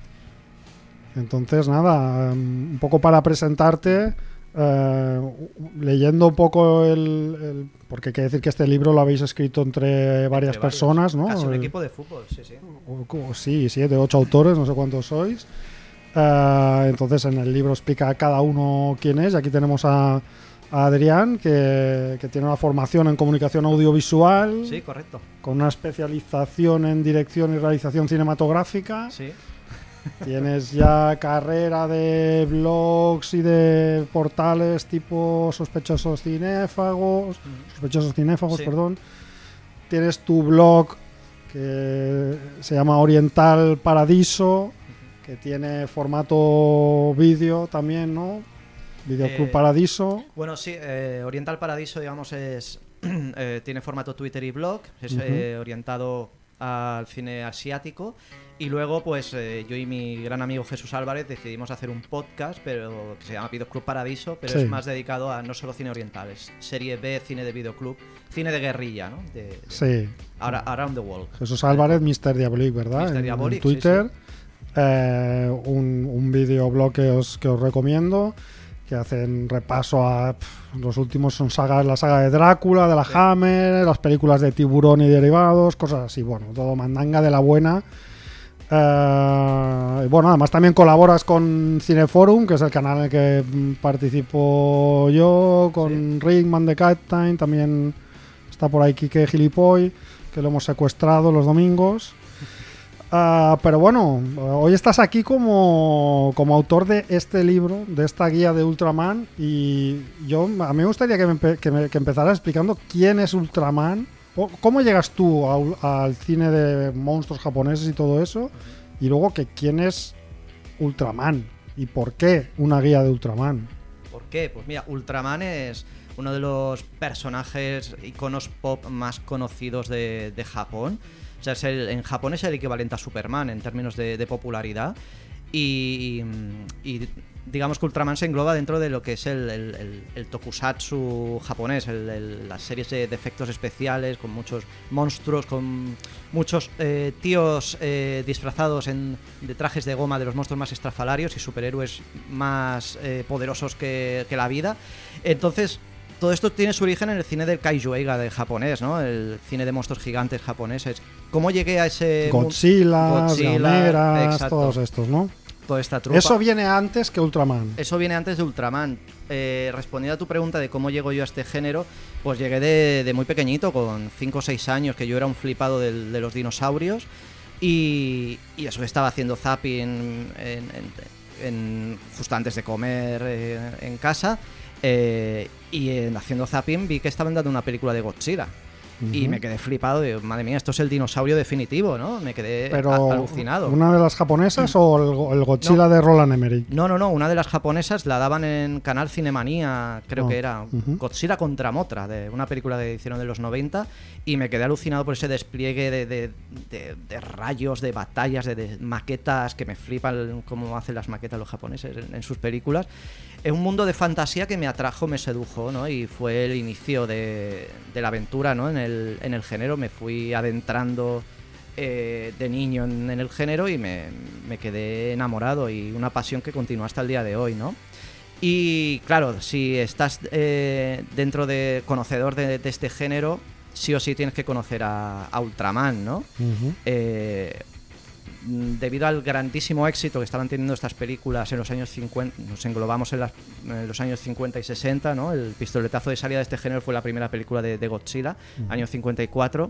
Entonces, nada, um, un poco para presentarte, eh, leyendo un poco el, el- porque hay que decir que este libro lo habéis escrito entre varias Entre personas, ¿no? Casi un El- equipo de fútbol, sí, sí. o- o- sí, siete, ocho autores, no sé cuántos sois. Eh, entonces en el libro explica a cada uno quién es. Y aquí tenemos a, a Adrián, que, que tiene una formación en comunicación audiovisual, Sí, correcto. con una especialización en dirección y realización cinematográfica. Sí. Tienes ya carrera de blogs y de portales tipo sospechosos cinéfagos, sospechosos cinéfagos, Sí. perdón. Tienes tu blog que se llama Oriental Paradiso, que tiene formato vídeo también, ¿no? Videoclub Eh, Paradiso. Bueno, sí, eh, Oriental Paradiso, digamos, es eh, tiene formato Twitter y blog, es Ujú. eh, orientado al cine asiático. Y luego, pues eh, yo y mi gran amigo Jesús Álvarez decidimos hacer un podcast, pero que se llama Videoclub Paradiso, pero Sí. es más dedicado a no solo cine oriental, es serie B, cine de videoclub, cine de guerrilla, ¿no? De, de- Sí. Ara- Around the World. Jesús Álvarez, mister Diabolik, ¿verdad? mister En- en, Diabolik, Twitter. sí, Eh, un, un videoblog que os, que os recomiendo, que hacen repaso a pf, los últimos son sagas, la saga de Drácula, de la Sí. Hammer, las películas de Tiburón y derivados, cosas así, bueno, todo mandanga de la buena. Eh, y bueno, además también colaboras con Cineforum, que es el canal en el que mm, participo yo, con Rickman de Captain, también está por ahí Quique Gilipoy, que lo hemos secuestrado los domingos. Ah, pero bueno, hoy estás aquí como, como autor de este libro, de esta guía de Ultraman, y yo a mí me gustaría que, me, empe- que, me- que empezaras explicando quién es Ultraman, o cómo llegas tú a ul- al cine de monstruos japoneses y todo eso, y luego que quién es Ultraman y por qué una guía de Ultraman. ¿Por qué? Pues mira, Ultraman es uno de los personajes, iconos pop más conocidos de, de Japón. O sea, es el- en Japón es el equivalente a Superman en términos de, de popularidad. Y, y digamos que Ultraman se engloba dentro de lo que es el, el- el- el tokusatsu japonés, el- el- las series de, de efectos especiales con muchos monstruos, con muchos eh, tíos eh, disfrazados en, de trajes de goma de los monstruos más estrafalarios y superhéroes más eh, poderosos que, que la vida. Entonces, todo esto tiene su origen en el cine del Kaiju Eiga de japonés, ¿no? El cine de monstruos gigantes japoneses. ¿Cómo llegué a ese mundo? Godzilla, Godzilla, Gameras, exacto. todos estos, ¿no? Toda esta trupa. Eso viene antes que Ultraman. Eso viene antes de Ultraman. Eh, respondiendo a tu pregunta de cómo llego yo a este género, pues llegué de, de muy pequeñito, con cinco o seis años, que yo era un flipado del- de los dinosaurios. Y, y eso, estaba haciendo zapping en, en- en- justo antes de comer eh, en casa. eh, y en haciendo zapping vi que estaban dando una película de Godzilla. Y me quedé flipado, digo, madre mía, esto es el dinosaurio definitivo, ¿no? Me quedé Pero, a- alucinado. ¿una de las japonesas o el, el Godzilla No. de Roland Emmerich? No, no, no, una de las japonesas la daban en Canal Cinemanía, creo Ah, que era ujú. Godzilla contra Mothra, de una película que hicieron de los noventa, y me quedé alucinado por ese despliegue de, de- de- de rayos, de batallas, de, de maquetas, que me flipan cómo hacen las maquetas los japoneses en, en sus películas. Es un mundo de fantasía que me atrajo, me sedujo, ¿no? Y fue el inicio de, de la aventura, ¿no? En el, en el género, me fui adentrando eh, de niño en, en el género y me, me quedé enamorado, y una pasión que continúa hasta el día de hoy, ¿no? Y claro, si estás eh, dentro de conocedor de, de este género, sí o sí tienes que conocer a, a Ultraman, ¿no? Ujú. Eh, mm, debido al grandísimo éxito que estaban teniendo estas películas en los años cincuenta, nos englobamos en, las- en los años cincuenta y sesenta, ¿no? El pistoletazo de salida de este género fue la primera película de, de Godzilla, año cincuenta y cuatro,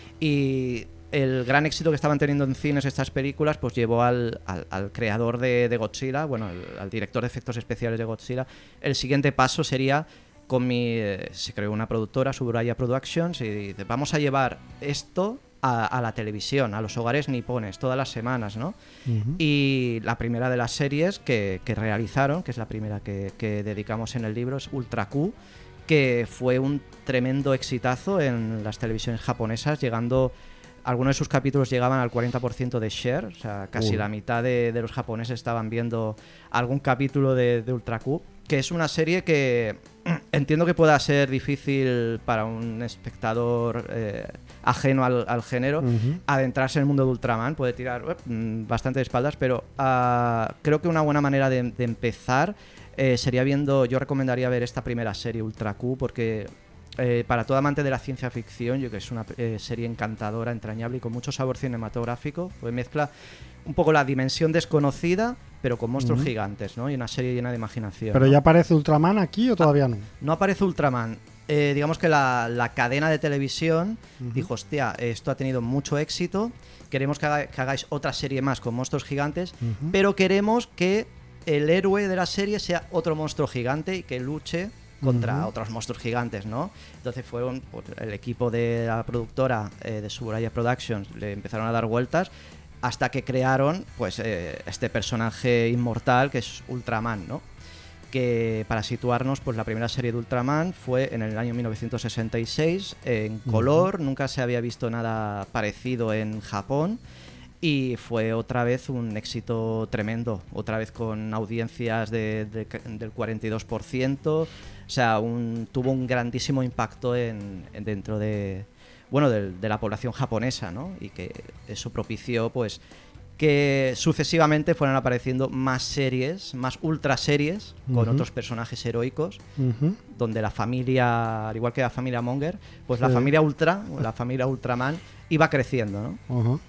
y el gran éxito que estaban teniendo en cines estas películas pues llevó al, al- al creador de, de Godzilla, bueno, al, al director de efectos especiales de Godzilla. El siguiente paso sería con mi... eh, se creó una productora, Suburaya Productions, y dice, vamos a llevar esto a, a la televisión, a los hogares nipones, todas las semanas, ¿no? Ujú. Y la primera de las series que, que realizaron, que es la primera que, que dedicamos en el libro, es Ultra Q, que fue un tremendo exitazo en las televisiones japonesas, llegando... Algunos de sus capítulos llegaban al cuarenta por ciento de share, o sea, casi Uy. la mitad de, de los japoneses estaban viendo algún capítulo de, de Ultra Q, que es una serie que entiendo que pueda ser difícil para un espectador eh, ajeno al, al género Ujú. adentrarse en el mundo de Ultraman, puede tirar eh, mm, bastante de espaldas, pero ah, creo que una buena manera de, de empezar eh, sería viendo, yo recomendaría ver esta primera serie, Ultra Q, porque eh, para todo amante de la ciencia ficción, yo creo que es una eh, serie encantadora, entrañable y con mucho sabor cinematográfico, pues mezcla un poco la dimensión desconocida, pero con monstruos Ujú. gigantes, ¿no? Y una serie llena de imaginación. ¿Pero ¿no? ya aparece Ultraman aquí o todavía no? No aparece Ultraman. Eh, digamos que la, la cadena de televisión Ujú. dijo, hostia, esto ha tenido mucho éxito, queremos que, haga- que hagáis otra serie más con monstruos gigantes, Ujú. pero queremos que el héroe de la serie sea otro monstruo gigante y que luche contra Ujú. otros monstruos gigantes, ¿no? Entonces fue un- pues, el equipo de la productora eh, de Suburaya Productions, le empezaron a dar vueltas hasta que crearon pues eh, este personaje inmortal que es Ultraman, ¿no? Que para situarnos, pues la primera serie de Ultraman fue en el año mil novecientos sesenta y seis en color, nunca se había visto nada parecido en Japón y fue otra vez un éxito tremendo, otra vez con audiencias de- de- del cuarenta y dos por ciento, o sea, un, tuvo un grandísimo impacto en, en dentro de, bueno, de, de la población japonesa, ¿no? Y que eso propició, pues, que sucesivamente fueran apareciendo más series, más ultra series, con Ujú. otros personajes heroicos, Ujú. donde la familia, al igual que la familia Monger, pues la Sí. familia Ultra, la familia Ultraman, iba creciendo, ¿no? Ajá.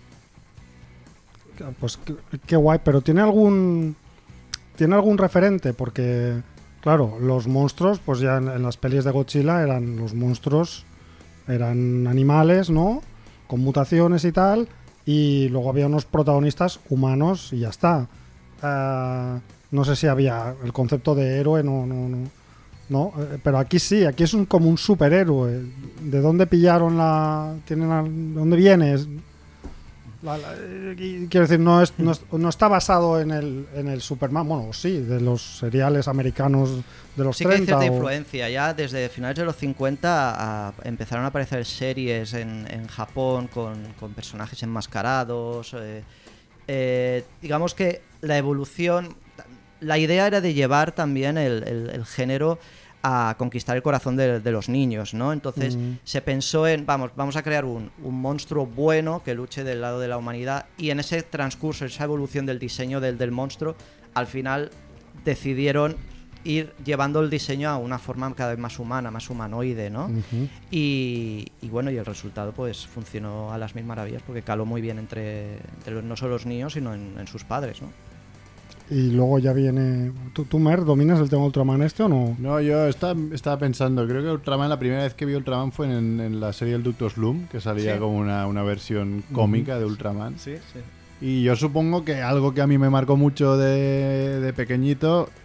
Pues qué, qué guay, pero ¿tiene algún tiene algún referente? Porque, claro, los monstruos, pues ya en, en las pelis de Godzilla eran los monstruos, eran animales, ¿no? Con mutaciones y tal, y luego había unos protagonistas humanos y ya está. Ah, no sé si había el concepto de héroe, no, no, no. No, Eh, pero aquí sí, aquí es un, como un superhéroe. ¿De dónde pillaron la...? Tienen la- ¿De dónde viene? Es- la- la- y quiero decir, no, es, no, es- no está basado en el, en el Superman, bueno, sí, de los seriales americanos de los Sí que hay treinta. cierta o- influencia. Ya desde finales de los cincuenta a- empezaron a aparecer series en, en Japón con, con personajes enmascarados. eh, eh, digamos que la evolución... La idea era de llevar también el, el- el género a conquistar el corazón de, de los niños, ¿no? Entonces Mm. se pensó en, vamos, vamos a crear un, un monstruo bueno que luche del lado de la humanidad, y en ese transcurso, esa evolución del diseño del, del monstruo, al final decidieron ir llevando el diseño a una forma cada vez más humana, más humanoide, ¿no? Ujú. Y, y bueno, y el resultado pues funcionó a las mil maravillas porque caló muy bien entre, entre los- no solo los niños, sino en, en sus padres, ¿no? Y luego ya viene... ¿Tú, tú, Mer, dominas el tema Ultraman este o no? No, yo estaba, estaba pensando, creo que Ultraman, la primera vez que vi Ultraman fue en, en la serie El Ducto Slum, que salía Sí. como una, una versión cómica de Ultraman. Sí, sí. Y yo supongo que algo que a mí me marcó mucho de, de pequeñito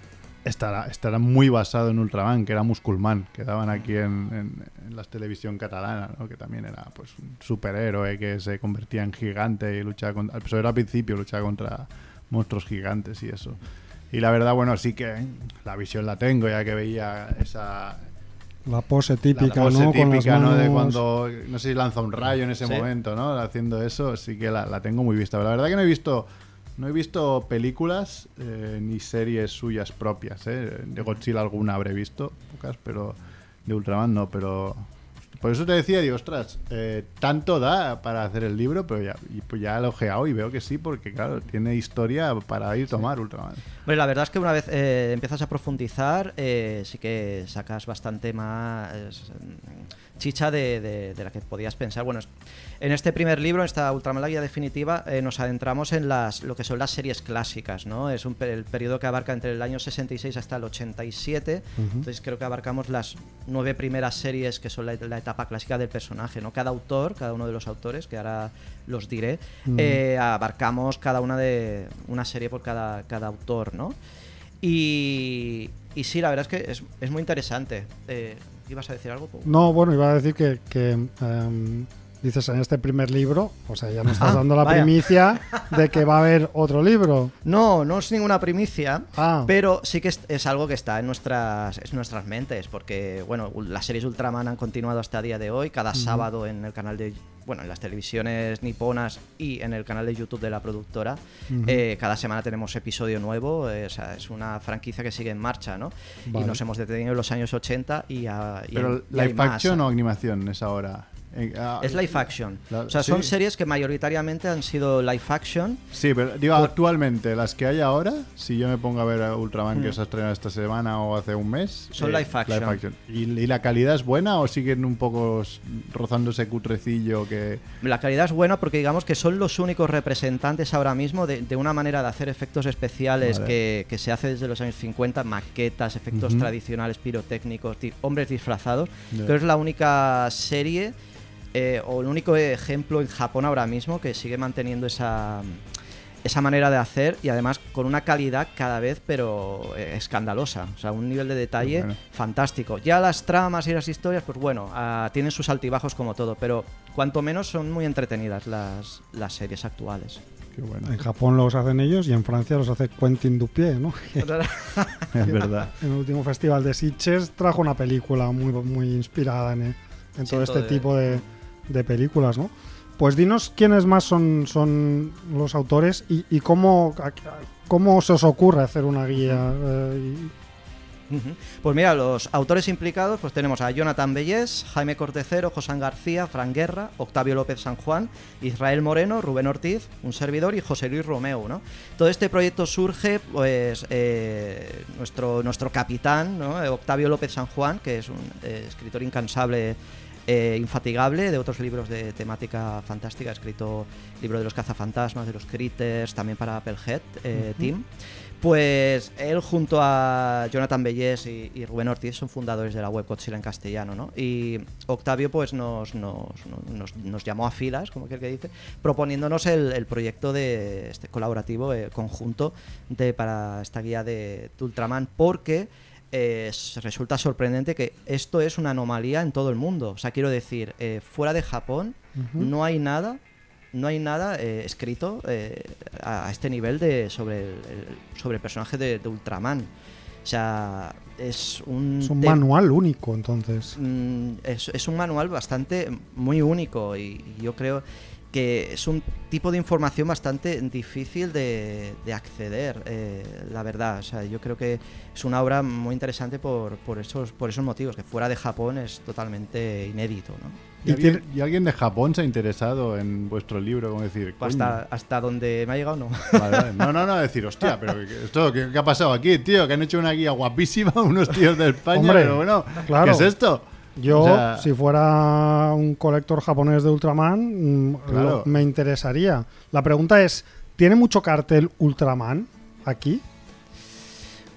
estará, estará muy basado en Ultraman, que era Musculman, que daban aquí en, en, en la televisión catalana, ¿no? Que también era pues un superhéroe que se convertía en gigante y luchaba contra... Eso era al principio, luchaba contra monstruos gigantes y eso. Y la verdad, bueno, sí que la visión la tengo, ya que veía esa... La pose típica, la pose ¿no? típica, Con las ¿no? manos... De cuando, no sé si lanza un rayo en ese Sí. momento, ¿no? Haciendo eso, sí que la, la tengo muy vista. Pero la verdad que no he visto... No he visto películas eh, ni series suyas propias, ¿eh? De Godzilla alguna habré visto, pocas, pero de Ultraman no, pero... Por eso te decía, digo, ostras, eh, tanto da para hacer el libro, pero ya, y pues ya lo he ojeado y veo que sí, porque claro, tiene historia para ir a tomar Ultraman. Bueno, la verdad es que una vez eh, empiezas a profundizar, eh, sí que sacas bastante más eh, chicha de, de, de la que podías pensar. Bueno, es- en este primer libro, en esta Ultraman la guía definitiva, eh, nos adentramos en las lo que son las series clásicas, ¿no? Es un pe- el periodo que abarca entre el año sesenta y seis hasta el ochenta y siete. Ujú. Entonces creo que abarcamos las nueve primeras series que son la, la etapa clásica del personaje, ¿no? Cada autor, cada uno de los autores, que ahora los diré, Mm. eh, abarcamos cada una de una serie por cada, cada autor, ¿no? Y, y sí, la verdad es que es, es muy interesante. Eh, ¿Ibas a decir algo, Pau? No, bueno, iba a decir que, que em, dices en este primer libro, o sea, ya nos estás Ah, dando la vaya. primicia de que va a haber otro libro. No, no es ninguna primicia, Ah. pero sí que es, es algo que está en nuestras, en nuestras mentes, porque bueno, las series Ultraman han continuado hasta el día de hoy, cada sábado en el canal de, bueno, en las televisiones niponas y en el canal de YouTube de la productora, Ujú. eh, cada semana tenemos episodio nuevo, eh, o sea, es una franquicia que sigue en marcha, ¿no? Vale. Y nos hemos detenido en los años ochenta y, a, y Pero hay- y hay live más. action o animación es ahora. Eh, ah, Es live action. La- o sea, son sí. series que mayoritariamente han sido live action. Sí, pero digo, actualmente, las que hay ahora, si yo me pongo a ver a Ultraman que Mm. se ha estrenado esta semana o hace un mes, Son live action. ¿Y, ¿Y la calidad es buena o siguen un poco s- rozando ese cutrecillo que... La calidad es buena porque digamos que son los únicos representantes ahora mismo de, de una manera de hacer efectos especiales Vale. que, que se hace desde los años cincuenta, maquetas, efectos Ujú. tradicionales, pirotécnicos, ti- hombres disfrazados. Ya. Creo que es la única serie eh, o el único ejemplo en Japón ahora mismo que sigue manteniendo esa, esa manera de hacer y además con una calidad cada vez pero eh, escandalosa, o sea, un nivel de detalle Bueno. fantástico. Ya las tramas y las historias, pues bueno, ah, tienen sus altibajos como todo, pero cuanto menos son muy entretenidas las, las series actuales. Qué bueno, En Japón los hacen ellos y en Francia los hace Quentin Dupieux, ¿no? es verdad. En el último festival de Sitges trajo una película muy, muy inspirada en, en todo Siento este de- tipo de, de películas, ¿no? Pues dinos quiénes más son, son los autores y, y cómo, a- cómo se os ocurre hacer una guía. eh, y- Ujú. Pues mira, los autores implicados, pues tenemos a Jonathan Bellés, Jaime Cortecero, Josán García, Fran Guerra, Octavio López San Juan, Israel Moreno, Rubén Ortiz, un servidor y José Luis Romeu, ¿no? Todo este proyecto surge, pues, eh, nuestro, nuestro capitán, ¿no? Eh, Octavio López San Juan, que es un eh, escritor incansable, eh, infatigable, de otros libros de temática fantástica, ha escrito libro de los cazafantasmas, de los critters, también para Applehead eh, Team. Pues él junto a Jonathan Bellés y, y Rubén Ortiz son fundadores de la web Godzilla en castellano, ¿no? Y Octavio pues nos, nos, nos, nos llamó a filas, como aquel que dice, proponiéndonos el, el proyecto de este colaborativo eh, conjunto de para esta guía de, de Ultraman, porque eh, resulta sorprendente que esto es una anomalía en todo el mundo. O sea, quiero decir, eh, fuera de Japón Ujú. no hay nada no hay nada eh, escrito eh, a, a este nivel de sobre el, el- sobre el personaje de, de Ultraman. O sea, es un es un te- manual único, entonces. mm, es, es un manual bastante muy único y, y yo creo que es un tipo de información bastante difícil de, de acceder, eh, la verdad. O sea, yo creo que es una obra muy interesante por, por esos por esos motivos, que fuera de Japón es totalmente inédito, ¿no? ¿Y, Y alguien, tiene- y alguien de Japón se ha interesado en vuestro libro? Como decir, coño, Hasta, hasta donde me ha llegado, no. vale, vale. No, no, no, decir, hostia, pero ¿qué, esto, ¿qué, qué ha pasado aquí, tío? Que han hecho una guía guapísima, unos tíos de España, Hombre, pero bueno, claro. ¿qué es esto? Yo, O sea, si fuera un colector japonés de Ultraman, mm, Claro. lo- me interesaría. La pregunta es, ¿tiene mucho cartel Ultraman aquí?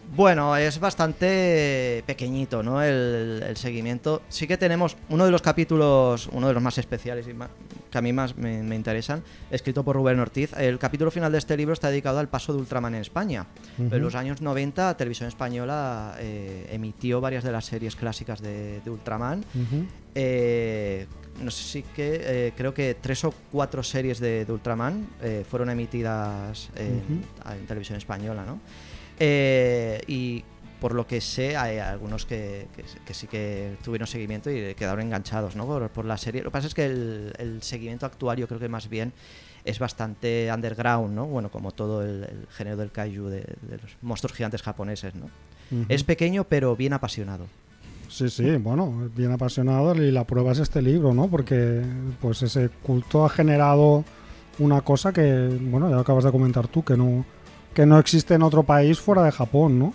Bueno, es bastante pequeñito, ¿no? El, el seguimiento. Sí que tenemos uno de los capítulos, uno de los más especiales y más, que a mí más me, me interesan, escrito por Rubén Ortiz. El capítulo final de este libro está dedicado al paso de Ultraman en España. Uh-huh. En los años noventa, Televisión Española eh, emitió varias de las series clásicas de, de Ultraman. Uh-huh. Eh, no sé si que eh, creo que tres o cuatro series de, de Ultraman eh, fueron emitidas en, uh-huh. en Televisión Española, ¿no? Eh, y por lo que sé hay algunos que, que, que sí que tuvieron seguimiento y quedaron enganchados, ¿no? por, por la serie. Lo que pasa es que el, el seguimiento actual yo creo que más bien es bastante underground, ¿no? Bueno, como todo el, el género del kaiju de, de los monstruos gigantes japoneses, ¿no? Uh-huh. Es pequeño pero bien apasionado. Sí, sí, bueno, bien apasionado, y la prueba es este libro, ¿no? Porque pues ese culto ha generado una cosa que, bueno, ya acabas de comentar tú, que no que no existe en otro país fuera de Japón, ¿no?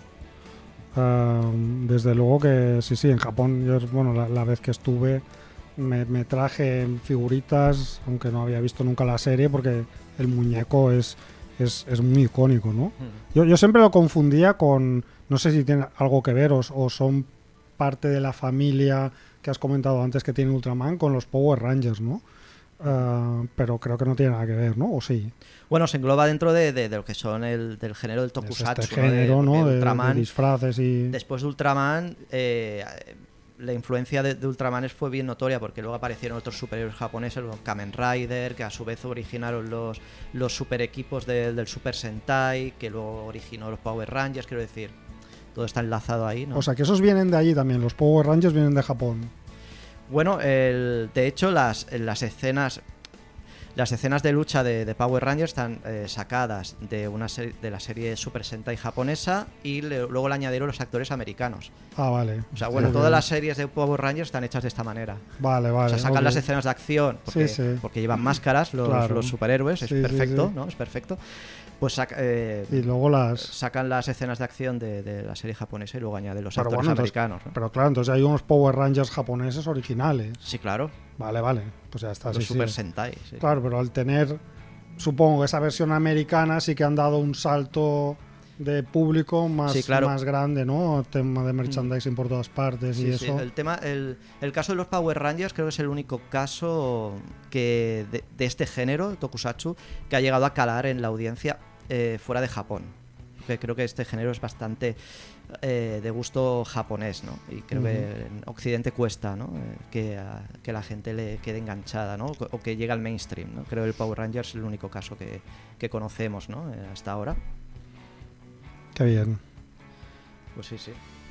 Uh, desde luego que sí, sí, en Japón, yo, bueno, la, la vez que estuve me, me traje figuritas, aunque no había visto nunca la serie, porque el muñeco es, es, es muy icónico, ¿no? Yo, yo siempre lo confundía con, no sé si tiene algo que ver o, o son parte de la familia que has comentado antes que tiene Ultraman con los Power Rangers, ¿no? Uh, pero creo que no tiene nada que ver, ¿no? ¿O sí? Bueno, se engloba dentro de, de, de lo que son el del género del tokusatsu, este género, ¿no? De, ¿no? de, de, Ultraman, de disfraces y... Después de Ultraman, eh, la influencia de, de Ultraman fue bien notoria porque luego aparecieron otros superhéroes japoneses, los Kamen Rider, que a su vez originaron los, los super equipos de, del Super Sentai, que luego originó los Power Rangers, quiero decir, todo está enlazado ahí, ¿no? O sea, que esos vienen de allí también, los Power Rangers vienen de Japón. Bueno, el, de hecho las, las escenas las escenas de lucha de, de Power Rangers están eh, sacadas de una serie, de la serie Super Sentai japonesa y le, luego le añadieron los actores americanos. Ah, vale. O sea, bueno, sí, todas bien. Las series de Power Rangers están hechas de esta manera. Vale, vale. O sea, sacan okay. las escenas de acción porque, sí, sí. porque llevan máscaras los, claro. los superhéroes, es sí, perfecto, sí, sí. ¿no? Es perfecto. Pues saca, eh, y luego las sacan las escenas de acción de, de la serie japonesa y luego añaden los pero actores bueno, americanos, entonces, ¿no? Pero claro, entonces hay unos Power Rangers japoneses originales. Sí, claro. Vale, vale. Pues ya está. Los sí, Super sí. Sentai. Sí. Claro, pero al tener, supongo que esa versión americana sí que han dado un salto de público más, sí, claro. más grande, ¿no? Tema de merchandising mm. por todas partes sí, y sí. eso. El tema, el, el caso de los Power Rangers creo que es el único caso que de, de este género, tokusatsu, que ha llegado a calar en la audiencia eh, fuera de Japón. Que creo que este género es bastante eh, de gusto japonés, ¿no? Y creo uh-huh. que en Occidente cuesta, ¿no? Eh, que, a, que la gente le quede enganchada, ¿no? O que llegue al mainstream, ¿no? Creo que el Power Rangers es el único caso que, que conocemos, ¿no? Eh, hasta ahora. Qué bien. Pues sí, sí.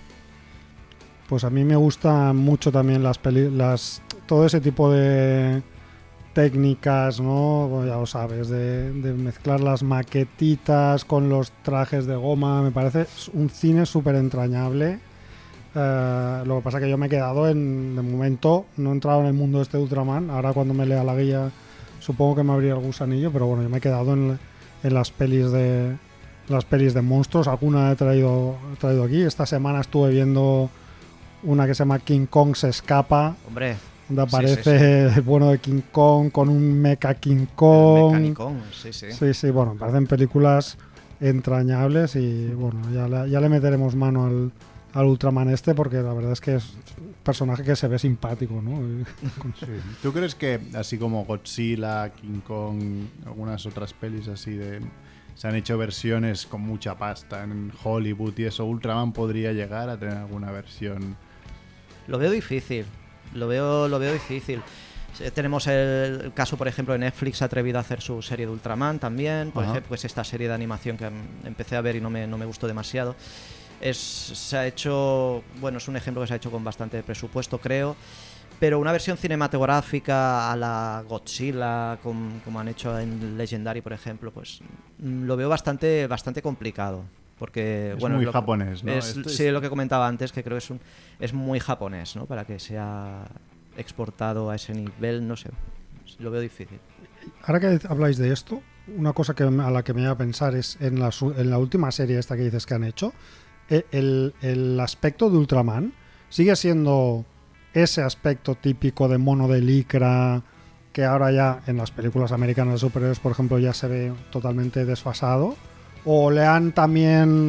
Pues a mí me gustan mucho también las peli las todo ese tipo de técnicas, ¿no? Pues ya lo sabes, de, de mezclar las maquetitas con los trajes de goma. Me parece un cine súper entrañable. Uh, lo que pasa es que yo me he quedado en, de momento, no he entrado en el mundo este de Ultraman. Ahora cuando me lea la guía supongo que me abrirá el gusanillo, pero bueno, yo me he quedado en, en las pelis de las pelis de monstruos. Alguna he traído, he traído aquí. Esta semana estuve viendo una que se llama King Kong se escapa. Hombre, donde aparece sí, sí, sí. el bueno de King Kong con un mecha King Kong. El Kong, sí, sí. Sí, sí, bueno, me parecen películas entrañables y bueno, ya le, ya le meteremos mano al, al Ultraman este porque la verdad es que es un personaje que se ve simpático, ¿no? Sí. ¿Tú crees que así como Godzilla, King Kong, algunas otras pelis así de... se han hecho versiones con mucha pasta en Hollywood y eso, Ultraman podría llegar a tener alguna versión? Lo veo difícil, lo veo, lo veo difícil. Tenemos el, el caso, por ejemplo, de Netflix ha atrevido a hacer su serie de Ultraman también, por ejemplo, pues esta serie de animación que empecé a ver y no me, no me gustó demasiado. Es, se ha hecho, bueno, es un ejemplo que se ha hecho con bastante presupuesto, creo. Pero una versión cinematográfica a la Godzilla, com, como han hecho en Legendary, por ejemplo, pues lo veo bastante bastante complicado. Porque, es bueno, muy lo, japonés, ¿no? Es, es... Sí, lo que comentaba antes, que creo que es, un, es muy japonés, ¿no? Para que sea exportado a ese nivel, no sé, lo veo difícil. Ahora que habláis de esto, una cosa que, a la que me voy a pensar es en la, en la última serie esta que dices que han hecho, el, el aspecto de Ultraman sigue siendo ese aspecto típico de mono de licra que ahora ya en las películas americanas de superhéroes, por ejemplo, ya se ve totalmente desfasado, o le han también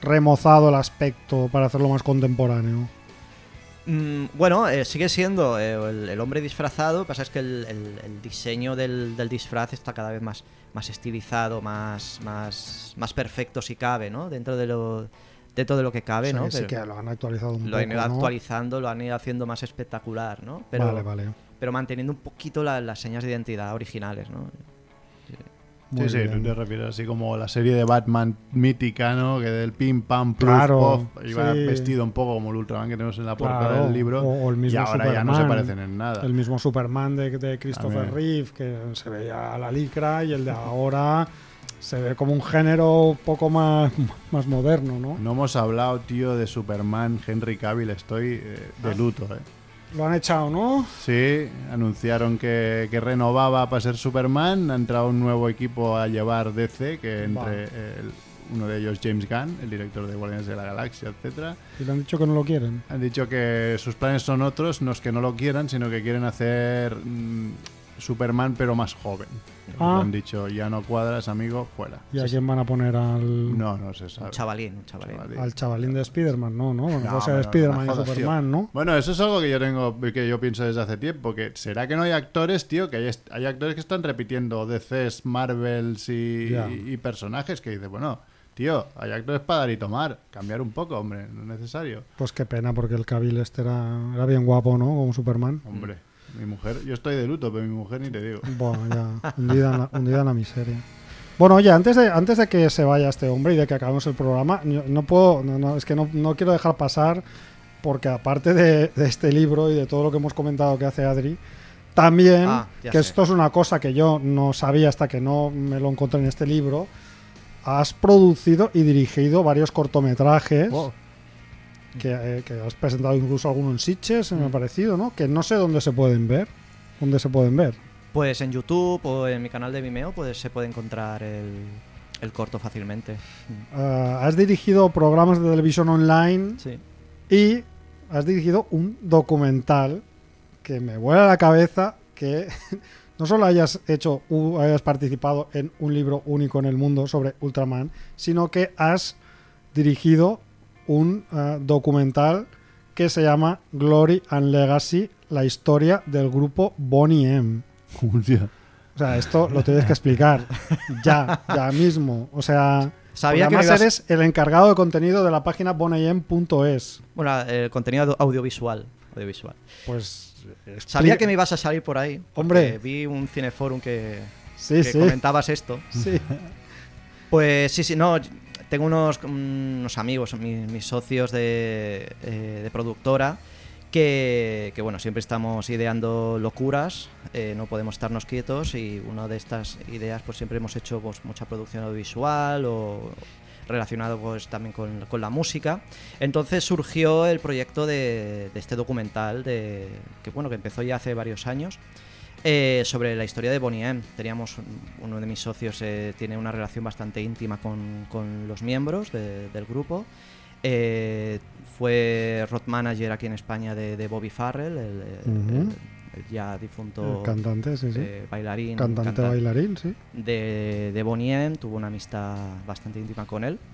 remozado el aspecto para hacerlo más contemporáneo? Mm, bueno, eh, sigue siendo eh, el, el hombre disfrazado. Lo que pasa es que el, el- el diseño del, del disfraz está cada vez más, más estilizado, más, más, más perfecto si cabe, ¿no? Dentro de lo, dentro de lo que cabe, O sea, ¿no? que sí Pero que lo han actualizado un lo han poco, ido ¿no? actualizando, lo han ido haciendo más espectacular, ¿no? Pero, Vale, vale. pero manteniendo un poquito la- las señas de identidad originales, ¿no? Muy sí, sí, bien. tú te refieres así como la serie de Batman mítica, ¿no? Que del pim, pam, pluf, Claro, pof, iba sí. vestido un poco como el Ultraman que tenemos en la portada Claro, del libro. o- o el mismo y ahora ya no se Superman. parecen en nada. El mismo Superman de, de Christopher También. Reeve, que se veía a la licra, y el de ahora se ve como un género un poco más, más moderno, ¿no? No hemos hablado, tío, de Superman, Henry Cavill. Estoy eh, de luto, ¿eh? Lo han echado, ¿no? Sí, anunciaron que, que renovaba para ser Superman. Ha entrado un nuevo equipo a llevar D C, que entre Vale. el- uno de ellos James Gunn, el director de Guardianes de la Galaxia, etcétera. Y le han dicho que no lo quieren. Han dicho que sus planes son otros, no es que no lo quieran, sino que quieren hacer mm, Superman pero más joven. Ah. Le han dicho, ya no cuadras, amigo, fuera. ¿Y a quién van a poner al, No, no se Un sabe. chavalín, un chavalín. Chavalín. al chavalín de Spider-Man? No, no, no, No, puede ser hombre, no, Spider-Man no y jodas, tío. Superman, ¿no? Bueno, eso es algo que yo tengo, que yo pienso desde hace tiempo, que será que no hay actores, tío, que hay, est- hay actores que están repitiendo D Cs, Marvels y, Ya. y- y personajes que dice, bueno, tío, hay actores para dar y tomar, cambiar un poco, hombre, no es necesario. Pues qué pena, porque el Cavill este era, era bien guapo, ¿no? Como Superman. Hombre, mi mujer, yo estoy de luto, pero mi mujer ni te digo. Bueno, ya, hundida en la, hundida en la miseria. Bueno, oye, antes de, antes de que se vaya este hombre y de que acabemos el programa, yo no puedo, no, no, es que no, no quiero dejar pasar, porque aparte de, de este libro y de todo lo que hemos comentado que hace Adri, también, Ah, ya que sé. esto es una cosa que yo no sabía hasta que no me lo encontré en este libro, has producido y dirigido varios cortometrajes. Oh, Que, eh, que has presentado incluso alguno en Sitges, me ha Mm. parecido, ¿no? Que no sé dónde se pueden ver. ¿Dónde se pueden ver? Pues en YouTube o en mi canal de Vimeo pues se puede encontrar el, el corto fácilmente. Ah, has dirigido programas de televisión online Sí. y has dirigido un documental que me vuela la cabeza, que no solo hayas hecho, u- hayas participado en un libro único en el mundo sobre Ultraman, sino que has dirigido un ah, documental que se llama Glory and Legacy, la historia del grupo Boney M. hostia. O sea, esto lo tienes que explicar ya, ya mismo. O sea, Sabía porque que me además ibas- eres el encargado de contenido de la página boneyem punto es. Bueno, el contenido audiovisual. audiovisual. Pues Sabía expli- que me ibas a salir por ahí. porque Hombre. Vi un cineforum que, Sí, que sí. comentabas esto. Sí. Pues sí, sí, no. Tengo unos, unos amigos, mis, mis socios de, eh, de productora, que, que, bueno, siempre estamos ideando locuras, eh, no podemos estarnos quietos, y una de estas ideas pues siempre hemos hecho pues mucha producción audiovisual o relacionado pues también con, con la música. Entonces surgió el proyecto de, de este documental de, que bueno, que empezó ya hace varios años. Eh, sobre la historia de Boney M. Teníamos un- uno de mis socios eh, tiene una relación bastante íntima con, con los miembros de- del grupo. Eh, fue road manager aquí en España de, de Bobby Farrell, el, el- Ujú. el- el ya difunto El cantante, sí, sí. eh, bailarín, Cantante, cantante bailarín, sí. de, de Boney M. Tuvo una amistad bastante íntima con él.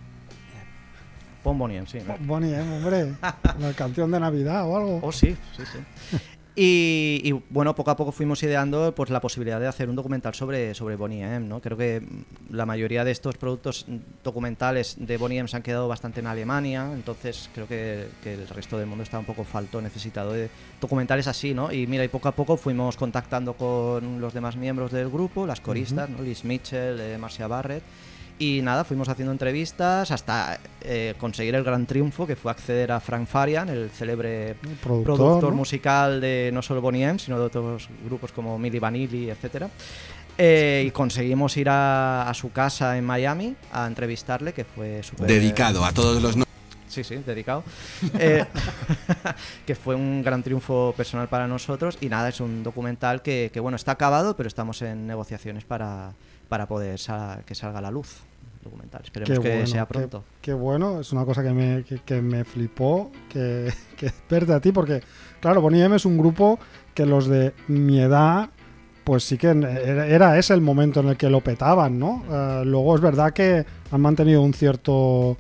Pon Boney M, sí. ¿no? Boney M, hombre. La canción de Navidad o algo. Oh, sí, sí, sí. Y, y, bueno, poco a poco fuimos ideando pues la posibilidad de hacer un documental sobre, sobre Boney M, ¿no? Creo que mm, la mayoría de estos productos mm, documentales de Boney M se han quedado bastante en Alemania, entonces creo que, que el resto del mundo está un poco falto, necesitado de documentales así, ¿no? Y mira, y poco a poco fuimos contactando con los demás miembros del grupo, las coristas, ¿no? Liz Mitchell, eh, Marcia Barrett. Y nada, fuimos haciendo entrevistas hasta eh, conseguir el gran triunfo, que fue acceder a Frank Farian, el célebre Productor, productor ¿no? musical de no solo Boney M, sino de otros grupos como Milli Vanilli, etcétera. Eh, y conseguimos ir a, a su casa en Miami a entrevistarle, que fue súper... Dedicado a todos los... no- Sí, sí, dedicado. Eh, que fue un gran triunfo personal para nosotros. Y nada, es un documental que, que bueno, está acabado, pero estamos en negociaciones para, para poder sa- que salga a la luz. Documental. Esperemos Qué que bueno, sea qué- pronto. Qué, bueno, es una cosa que me, que, que me flipó, que, que verte a ti, porque, claro, Boney M es un grupo que los de mi edad, pues sí que era, era ese el momento en el que lo petaban, ¿no? Eh, luego es verdad que han mantenido un cierto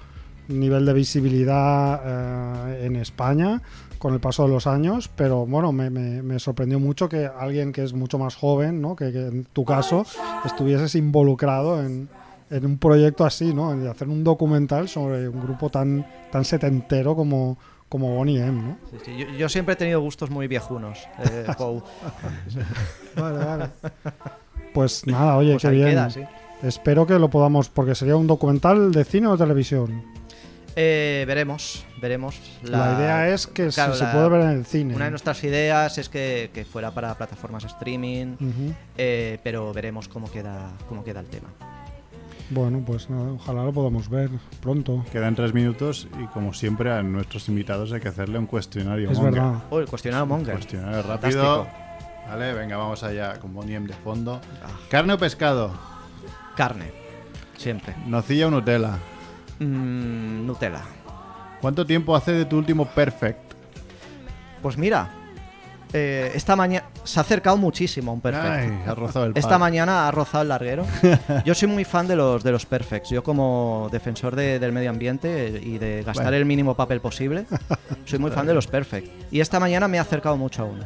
nivel de visibilidad eh, en España con el paso de los años, pero bueno, me, me, me sorprendió mucho que alguien que es mucho más joven, ¿no? que, que en tu caso estuvieses involucrado en, en un proyecto así, ¿no? En hacer un documental sobre un grupo tan, tan setentero como, como Boney M, ¿no? Sí, sí, yo, yo siempre he tenido gustos muy viejunos, eh, Pou. Vale, vale. Pues nada, oye, Pues qué ahí bien. queda, sí. Espero que lo podamos, porque sería un documental de cine o televisión. Eh, veremos, veremos. La, idea es que claro, se, la- se puede ver en el cine. Una de nuestras ideas es que, que fuera para plataformas streaming, Ujú. eh, pero veremos cómo queda, cómo queda el tema. Bueno, pues nada, ojalá lo podamos ver pronto. Quedan tres minutos y como siempre a nuestros invitados hay que hacerle un cuestionario. Es Monger. verdad. Oh, el cuestionario Monger. Cuestionario rápido. Fantástico. Vale, venga, vamos allá con Boney M de fondo. Ah. ¿Carne o pescado? Carne, siempre. ¿Nocilla o Nutella? Mm, Nutella. ¿Cuánto tiempo hace de tu último perfect? Pues mira, eh, esta mañana se ha acercado muchísimo a un perfect. Ay, ha rozado el Esta palo. mañana ha rozado el larguero. Yo soy muy fan de los de los perfects. Yo como defensor de- del medio ambiente y de gastar Bueno. el mínimo papel posible, soy muy fan de los perfects. Y esta mañana me ha acercado mucho a uno.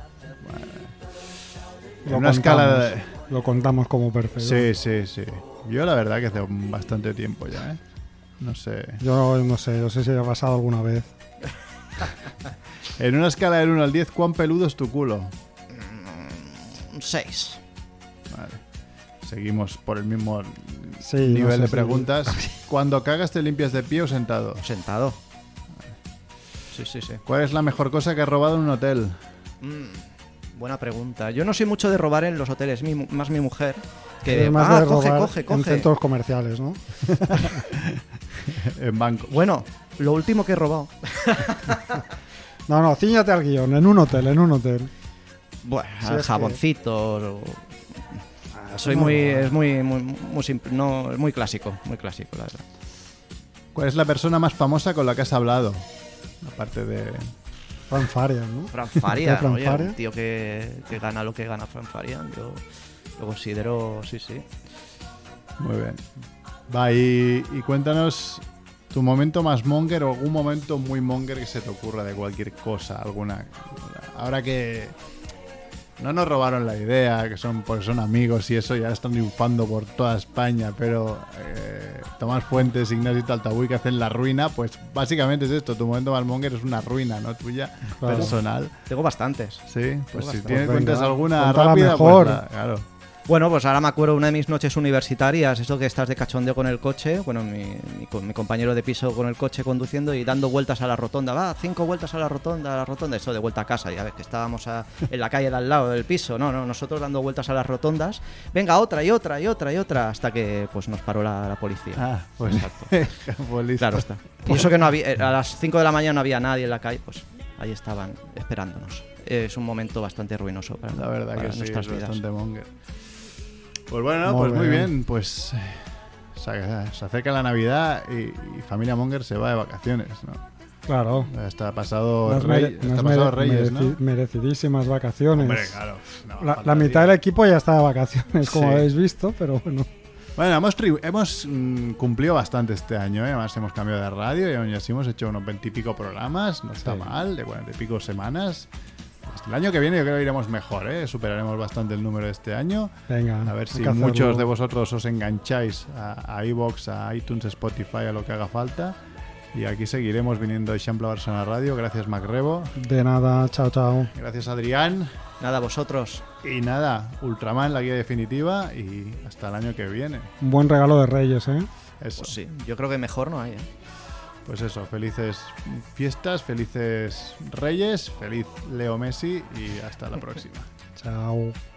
En una escala de... Lo contamos como perfecto. Sí, sí, sí. Yo la verdad que hace bastante tiempo ya, ¿eh? No sé. Yo no sé, no sé si ha pasado alguna vez. En una escala del uno al diez, ¿cuán peludo es tu culo? Un seis. Vale. Seguimos por el mismo Sí, nivel no sé de si- preguntas. Cuando cagas, ¿te limpias de pie o sentado? Sentado. Sí, sí, sí. ¿Cuál es la mejor cosa que has robado en un hotel? Mm, buena pregunta. Yo no soy mucho de robar en los hoteles, mi mu- más mi mujer. Que, Eres más ah, de coge, robar coge, en coge. centros comerciales, ¿no? En banco. Bueno, lo último que he robado. No, no, cíñate al guión, en un hotel, en un hotel. Bueno, Sí, es jaboncitos. o- Ah, Soy no, muy, no. es muy, muy, muy simple, no, es muy clásico, muy clásico, la verdad. ¿Cuál es la persona más famosa con la que has hablado? Aparte de... Fran Farian, ¿no? Fran Farian, Fran oye, Farian. un tío que, que gana lo que gana Fran Farian, yo lo considero, sí, sí. Muy bien. Va, y, y cuéntanos tu momento más monger o algún momento muy monger que se te ocurra de cualquier cosa, alguna... Ahora que no nos robaron la idea, que son porque son amigos y eso, ya están triunfando por toda España, pero eh, Tomás Fuentes, Ignacio Taltabuy que hacen la ruina, pues básicamente es esto, tu momento más monger es una ruina, ¿no? Tuya, Claro. personal. Tengo bastantes. Sí, pues si bastante. tienes, Pues venga, cuentas alguna cuéntala rápida, mejor. pues la- claro. Bueno, pues ahora me acuerdo una de mis noches universitarias, esto que estás de cachondeo con el coche, bueno, mi, mi, co- mi compañero de piso con el coche conduciendo y dando vueltas a la rotonda, va, cinco vueltas a la rotonda, a la rotonda, esto de vuelta a casa, ya ves que estábamos a- en la calle de al lado del piso, no, no, nosotros dando vueltas a las rotondas, venga, otra y otra y otra y otra, hasta que pues nos paró la, la policía. Ah, pues Exacto. pues listo. Claro está. Y eso que no había, eh, a las cinco de la mañana no había nadie en la calle, pues ahí estaban esperándonos. Es un momento bastante ruinoso para, La verdad para que sí, nuestras es vidas. bastante monger. Pues bueno, Muy pues muy bien. bien, pues eh, se, se acerca la Navidad y, y familia Monger se va de vacaciones, ¿no? Claro. Está pasado, Unas rey, mere- está unas pasado mere- Reyes, mereci- ¿no? Merecidísimas vacaciones. Hombre, claro. no, La, falta la mitad día. del equipo ya está de vacaciones, como Sí. habéis visto, pero bueno. Bueno, hemos, tri- hemos mm, cumplido bastante este año, ¿eh? Además hemos cambiado de radio y aún así hemos hecho unos veintipico programas, no está Sí. mal, de cuarenta y pico semanas. El año que viene yo creo que iremos mejor, ¿eh? Superaremos bastante el número de este año. Venga. A ver hay si que hacerlo. muchos de vosotros os engancháis a, a iVoox, a iTunes, Spotify, a lo que haga falta. Y aquí seguiremos viniendo de Xampla Barcelona Radio. Gracias, Macrebo. De nada, chao, chao. Gracias, Adrián. Nada, vosotros. Y nada, Ultraman, la guía definitiva. Y hasta el año que viene. Un buen regalo de Reyes, ¿eh? Eso. Pues sí, yo creo que mejor no hay, ¿eh? Pues eso, felices fiestas, felices Reyes, feliz Leo Messi y hasta la próxima. Chao.